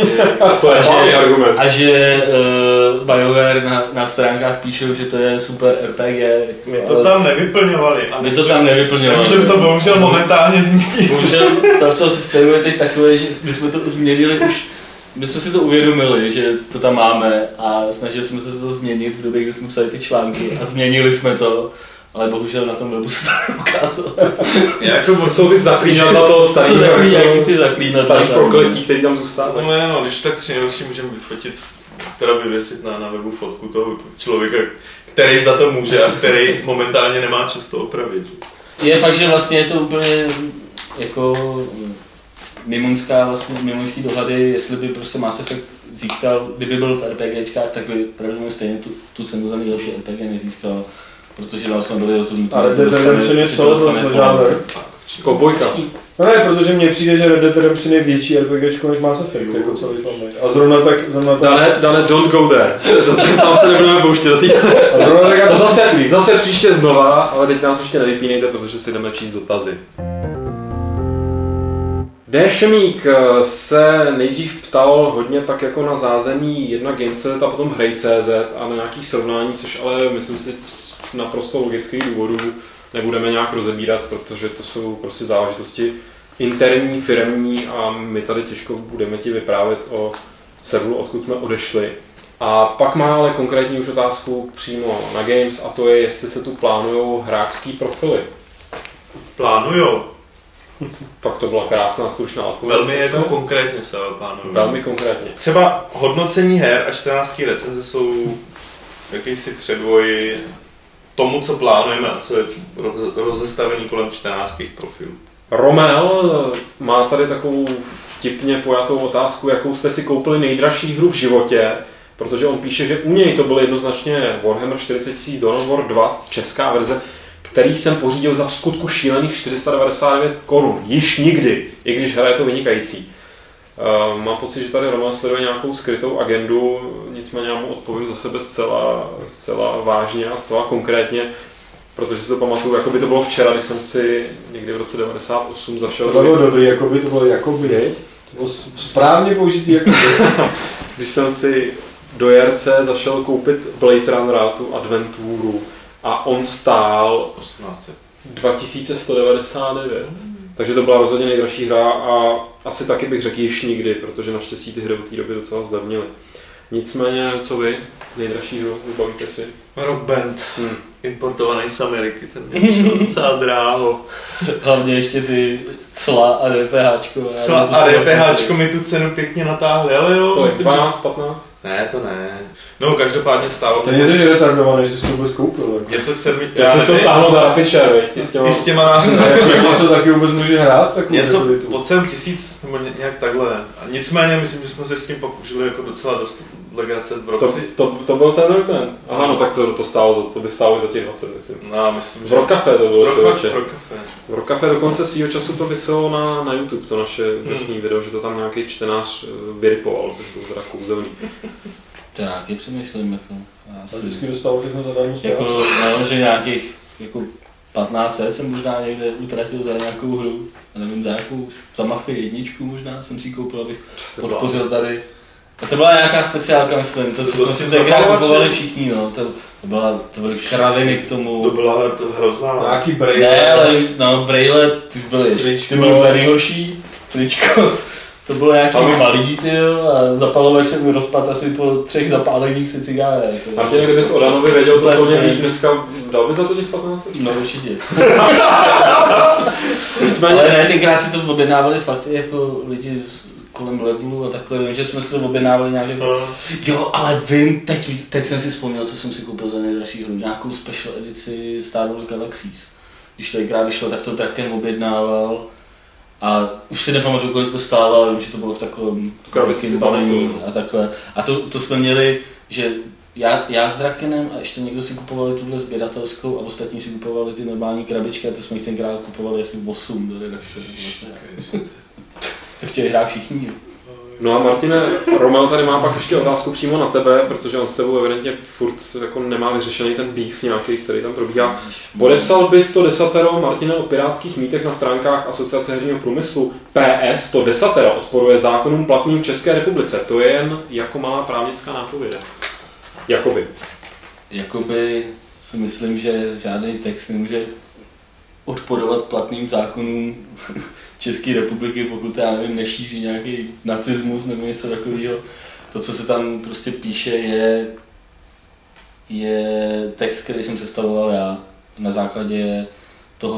a že BioWare na stránkách píšou, že to je super RPG. My to tam nevyplňovali. Nemůžeme to bohužel momentálně změnit. Bohužel stav toho systému je teď takový, že my jsme to změnili už. My jsme si to uvědomili, že to tam máme a snažili jsme se to změnit v době, kdy jsme psali ty články a změnili jsme to. Ale bohužel na tom webu se to neukázalo. Jako jsou ty zaklínadla toho starého. Jsou takový jak ty zaklínadla. Starý prokletí, který tam zůstávají. No, když tak nejlepší můžeme vyfotit, teda vyvěsit na webu fotku toho člověka, který za to může a který momentálně nemá čas to opravit. Je fakt, že vlastně je to úplně jako mimoňský dohady, jestli by prostě Mass Effect získal, kdyby byl v RPGčkách, tak by pravděpodobně stejně tu cenu za nejlepší RPG nezískal. Protože tam jsme byli rozhodnutí. A Red Dead Redemption je co za žánr? Kovbojka. No ne, protože mně přijde, že Red Dead Redemption je větší RPGčko než Mass Effect, jako celý slavný. A zrovna tak... Dane, don't go there. Tam se nebudeme pouštět do té. A zrovna tak to zase příště znova, ale teď nás ještě nevypínejte, protože si jdeme číst dotazy. D. Šemík se nejdřív ptal hodně tak jako na zázemí jedna Games.cz a potom Hrej.cz a na nějaký srovnání, což ale myslím si naprosto logických důvodů nebudeme nějak rozebírat, protože to jsou prostě záležitosti interní, firemní a my tady těžko budeme ti vyprávět o serveru, odkud jsme odešli. A pak má ale konkrétní už otázku přímo na Games a to je, jestli se tu plánujou hráčský profily. Plánujou. Tak to byla krásná stručná odpověď. Velmi jako konkrétně se plánujou. Velmi konkrétně. Třeba hodnocení her a 14 recenze jsou jakýsi předvoj tomu, co plánujeme a co je rozestavení kolem 14 profilů. Romel má tady takovou vtipně pojatou otázku, jakou jste si koupili nejdražší hru v životě, protože on píše, že u něj to byl jednoznačně Warhammer 40 000 Dawn of War 2, česká verze, který jsem pořídil za v skutku šílených 499 korun. Již nikdy, i když hra je to vynikající. Mám pocit, že tady Roman sleduje nějakou skrytou agendu, nicméně já mu odpovím za sebe zcela vážně a zcela konkrétně, protože si to pamatuju, jako by to bylo včera, když jsem si někdy v roce 98 zašel... To bylo dobrý, to bylo jakoby. To bylo správně použitý jakoby. Když jsem si do JRC zašel koupit Blade Runnera, tu adventuru, a on stál 2199. Takže to byla rozhodně nejdražší hra a asi taky bych řekl již nikdy, protože naštěstí ty hry v té době docela zlevnily. Nicméně, co vy? Nejdražší hru, vybavíte si? Rock Band. Importovaný z Ameriky, ten mě šel docela dráho. Hlavně ještě ty cla a DPHčko. Cla a DPHčko mi tu cenu pěkně natáhli, ale jo. To je 12, 15? Ne, to ne. No, každopádně stálo. To není, že je retardovaný, že jsi to vůbec koupil. Něco k 7... Já jsem to stáhlo na Rapiče, I s těma následně. Něco taky vůbec může hrát? Něco pod 7 000, nebo nějak takhle. A nicméně, myslím, že jsme se s tím pak užili jako docela dost legrace v roce. To byl ten Rock Band. Aha, no tak to stálo, to by stálo za těch 20, myslím. No, myslím, v Rock Café to bylo člověče. V Rock Café dokonce svýho času to vyselo na YouTube, to naše dnesní video, že to tam nějaký čtenář vyripoval, což bylo teda kouzelný. Tak, je přemýšlím, jako... A vždycky dostal všechno zadarmo zpráv. Jako, no, že nějakých jako 15 jsem možná někde utratil za nějakou hru, a nevím za jakou, za Mafii 1 možná jsem si koupil, abych podpořil tady. A to byla nějaká speciálka, myslím, to jsme si tenkrát kupovali všichni, no, to byly kraviny k tomu. To byla hrozná. Nějaký brejle. Ne, ale no, brejle, ty byly nejhorší, tričko. To bylo nějaký malý, tyjo, a zapalovač se mi rozpad asi po 3 zapáleních si cigárek. Martin, kdybys o Danovi věděl to, co mě víš dneska, dal bys za to těch 15? No určitě. Ale ne, tenkrát si to objednávali fakt jako lidi kolem levelu a takhle, vím, že jsme si to objednávali nějak jako... Jo, ale vím, teď jsem si vzpomněl, co jsem si koupil za nejdražší hru, nějakou special edici Star Wars Galaxies. Když to tenkrát vyšlo, tak to Draken objednával. A už si nepamatuju, kolik to stálo, ale vím, že to bylo v takovém balení a takhle. A to jsme měli, že já s Drakenem a ještě někdo si kupovali tuhle sběratelskou a ostatní si kupovali ty normální krabičky a to jsme jich tenkrát kupovali asi 8 do redakce. To chtěli hrát všichni. No a Martine, Romeo tady má pak ještě otázku přímo na tebe, protože on s tebou evidentně furt jako nemá vyřešený ten beef nějaký, který tam probíhá. Podepsal bys to desatero, Martine, o pirátských mýtech na stránkách Asociace herního průmyslu? PS, to desatero odporuje zákonům platným v České republice. To je jen jako malá právnická nápověda. Jakoby si myslím, že žádný text nemůže odporovat platným zákonům České republiky, pokud já nevím, nešíří nějaký nacismus nebo něco takového. To, co se tam prostě píše, je text, který jsem sestavoval já na základě toho,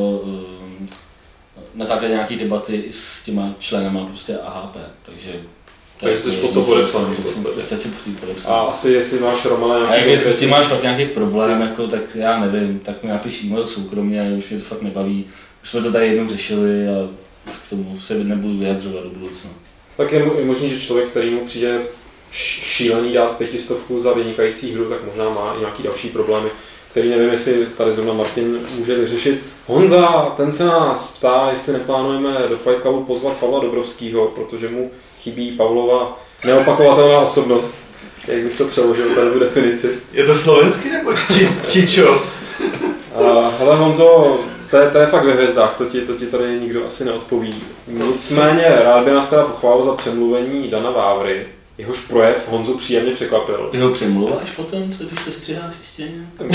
na základě nějaké debaty s těma členama prostě AHP. Takže jsi o to podepsaný. A asi jestli máš, Romane, nějaký... A jak jestli s tím máš fakt nějaký problém, jako, tak já nevím, tak mi napiš e-mail soukromně, ale už mě to fakt nebaví. Už jsme to tady jednou řešili a k tomu se nebudu vyjadřovat do budoucna. Tak je možný, že člověk, který mu přijde šílený dát 500 za vynikající hru, tak možná má i nějaký další problémy, který nevím, jestli tady zrovna Martin může vyřešit. Honza, ten se nás ptá, jestli neplánujeme do Fight Clubu pozvat Pavla Dobrovskýho, protože mu chybí Pavlova neopakovatelná osobnost. Jak bych to přeložil, tady tu definici. Je to slovenský nebo čičo? Hele Honzo, to je fakt ve hvězdách, to ti tady nikdo asi neodpoví. Nicméně rád by nás teda pochválil za přemluvení Dana Vávry. Jehož projev Honzu příjemně překvapil. Ty ho přemluváš potom, co když to střiháš ještě nějak?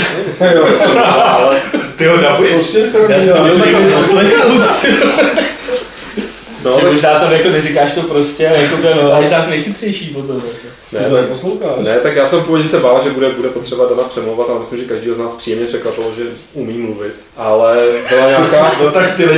Ty ho dabuješ? Já si to poslechnout. No, že možná tam jako neříkáš to prostě, jako až nás nejchytřejší potom. Ne, tak já jsem původně se bál, že bude potřeba Dana přemlouvat, ale myslím, že každý z nás příjemně překvapilo, že umí mluvit. Ale byla nějaká... No tak ty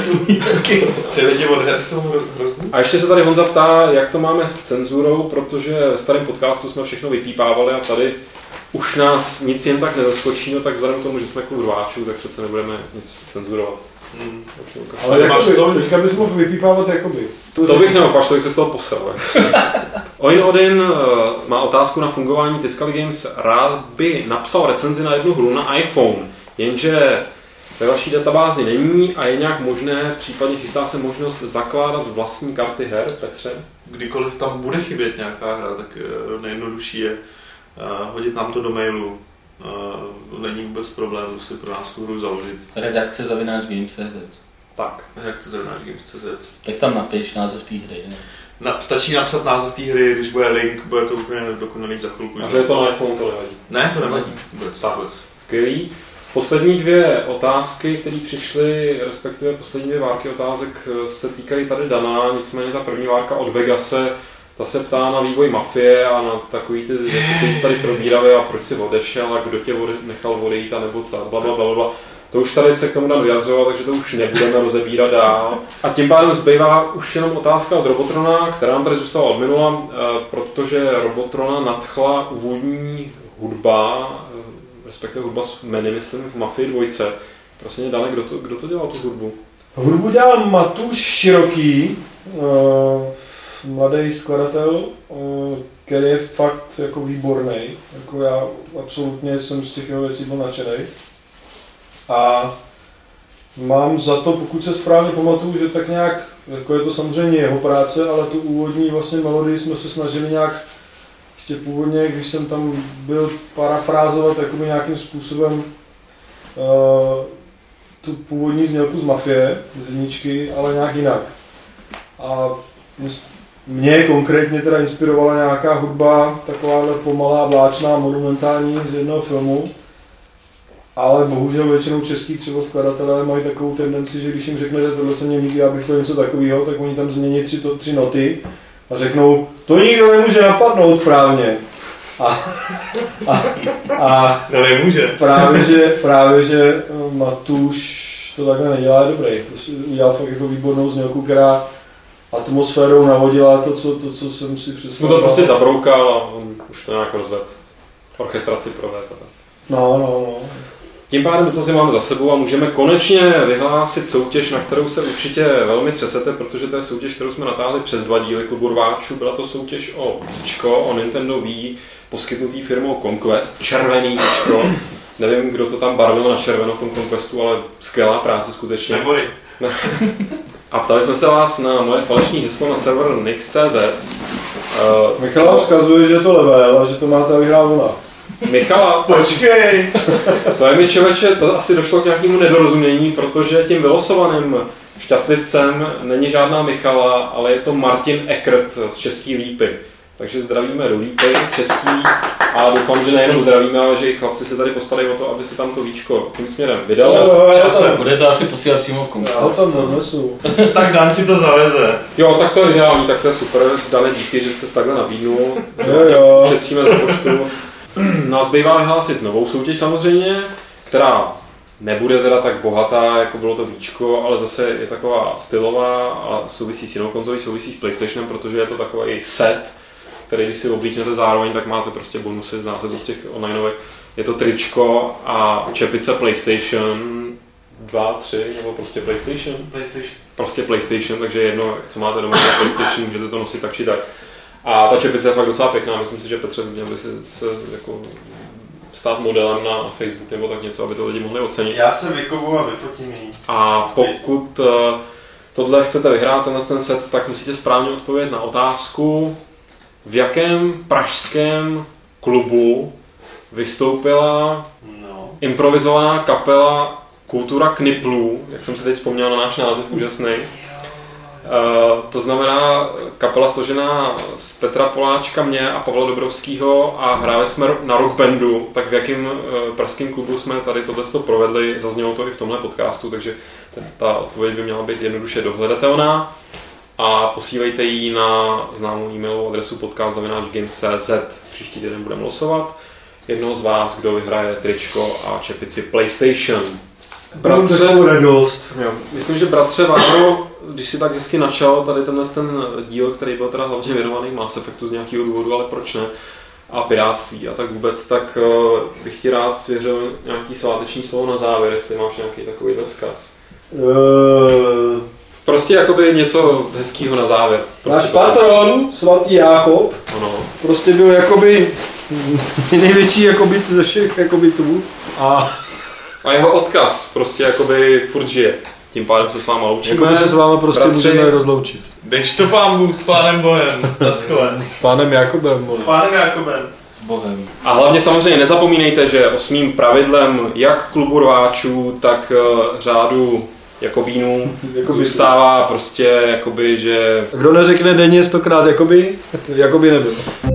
lidi od her jsou hrozný. A ještě se tady Honza ptá, jak to máme s cenzurou, protože ve starém podcastu jsme všechno vypípávali a tady už nás nic jen tak nezaskočí, no tak vzhledem k tomu, že jsme klub rváčů, tak přece nebudeme nic cenzurovat. Ale teďka bys mohl vypípávat jakoby. To bych neopač, to bych se z toho posel. Odin má otázku na fungování Tiscali Games. Rád by napsal recenzi na jednu hru na iPhone, jenže ve vaší databázi není a je nějak možné, případně chystá se možnost zakládat vlastní karty her, Petře? Kdykoliv tam bude chybět nějaká hra, tak nejjednodušší je hodit nám to do mailu. Není vůbec problém si pro nás tu hru založit. Redakce@games.cz. Tak. Redakce@games.cz. Tak tam napiš název té hry. Stačí napsat název té hry, když bude link, bude to úplně dokonalý za chvilku. A že je to na iPhone, to nevadí? Ne, to nevadí. Vůbec. Skvělý. Poslední dvě otázky, které přišly, respektive poslední dvě várky otázek se týkají tady Dana, nicméně ta první várka od Vegase, ta se ptá na vývoj Mafie a na takový ty věci, které se tady probírali a proč si odešel a kdo tě nechal odejít a nebo blablabla. To už tady se k tomu dá vyjadřovat, takže to už nebudeme rozebírat dál. A tím pádem zbývá už jenom otázka od Robotrona, která nám tady zůstala od minula, protože Robotrona nadchla úvodní hudba, respektive hudba s Many, myslím, v Mafii 2. Prosím, Dane, kdo to dělal tu hudbu? Hudbu dělal Matuš Široký, mladý skladatel, který je fakt jako výborný. Jako já absolutně jsem z těch jeho věcí byl nadšenej. A mám za to, pokud se správně pamatuju, že tak nějak, jako je to samozřejmě jeho práce, ale tu úvodní vlastně melodii jsme se snažili nějak ještě původně, když jsem tam byl, parafrázovat jakoby nějakým způsobem tu původní znělku z Mafie, z jedničky, ale nějak jinak. A mě konkrétně teda inspirovala nějaká hudba, takováhle pomalá, vláčná, monumentální z jednoho filmu. Ale bohužel většinou český třeba skladatelé mají takovou tendenci, že když jim řeknete, tohle se mně líbí, já bych chtěl něco takového, tak oni tam změní tři noty a řeknou, to nikdo nemůže napadnout právně. A nemůže. Právě, že Matuš to takhle nedělá, je dobrý. Udělal fakt jako výbornou znělku, která atmosférou navodila to, co jsem si představil. To prostě zabroukal a on už to nějak rozvedl. Orchestraci provedl. No. Tím pádem dotazy máme za sebou a můžeme konečně vyhlásit soutěž, na kterou se určitě velmi třesete, protože to je soutěž, kterou jsme natáhli přes 2 díly klubu rváčů. Byla to soutěž o víčko, o Nintendo Wii, poskytnutý firmou Conquest, červený víčko. Nevím, kdo to tam barvil na červeno v tom Conquestu, ale skvělá práce skutečně. Memory. A ptali jsme se vás na moje falešní heslo na server Nix.cz. Michal vzkazuje, že je to level a že to máte vyhrát ona. Michala, Počkej! to je mi člověče, to asi došlo k nějakému nedorozumění, protože tím vylosovaným šťastlivcem není žádná Michala, ale je to Martin Eckert z Český Lípy. Takže zdravíme do Lípy, Český, a doufám, že nejenom zdravíme, ale že i chlapci se tady postarají o to, aby se tam to víčko tím směrem vydal. Bude to asi posílat přímo kompost. Já tam zanesu. Tak Dan ti to zaveze. Jo, tak to je ideální, tak to je super. Dane, díky, že jsi takhle nabídnul. Jo. Šetříme za poštu. Nás bývá vyhlásit novou soutěž samozřejmě, která nebude teda tak bohatá, jako bylo to víčko, ale zase je taková stylová a souvisí s jinou konzolí, souvisí s PlayStationem, protože je to takový set, který když si oblíknete zároveň, tak máte prostě bonusy, znáte to z těch onlineovek. Je to tričko a čepice PlayStation 2, 3, nebo prostě PlayStation? Prostě PlayStation, takže jedno, co máte doma na PlayStation, můžete to nosit tak či tak. A ta čepice je fakt docela pěkná, myslím si, že Petře měl by se jako stát modelem na Facebook nebo tak něco, aby to lidi mohli ocenit. Já se vykovu a vyfotím jí. A pokud tohle chcete vyhrát, ten set, tak musíte správně odpovědět na otázku, v jakém pražském klubu vystoupila improvizovaná kapela Kultura Kniplů, jak jsem si teď vzpomněl na náš název úžasný. To znamená kapela složená z Petra Poláčka, mě a Pavla Dobrovského a hráli jsme na rockbandu, tak v jakém pražském klubu jsme tady tohleto provedli, zaznělo to i v tomhle podcastu, takže ta odpověď by měla být jednoduše dohledatelná a posílejte ji na známou e-mailovou adresu podcast@games.cz. Příští týden budeme losovat jednoho z vás, kdo vyhraje tričko a čepici PlayStation. Bratře, jo, myslím, že bratře Váro, když si tak hezky načal tady ten díl, který byl teda hlavně věnovaný Mass Effectu z nějakého důvodu, ale proč ne, a pirátství a tak vůbec, tak bych ti rád svěřil nějaký sváteční slovo na závěr, jestli máš nějaký takový vzkaz. Prostě jakoby něco hezkýho na závěr. Náš patron, svatý Jákob, prostě byl jakoby největší jakoby ze všech jakoby tu a jeho odkaz prostě jakoby furt žije. Tím pádem se s váma loučíme. Jakoby se s váma prostě můžeme rozloučit. Dejš to Pán Bůh s Pánem Bohem. Na skle. S Pánem Jakobem. S Pánem Jakobem. S Bohem. A hlavně samozřejmě nezapomínejte, že 8. pravidlem jak klubu rváčů, tak řádu Jakobínů zůstává prostě jakoby, že... Kdo neřekne denně 100krát jakoby nebyl.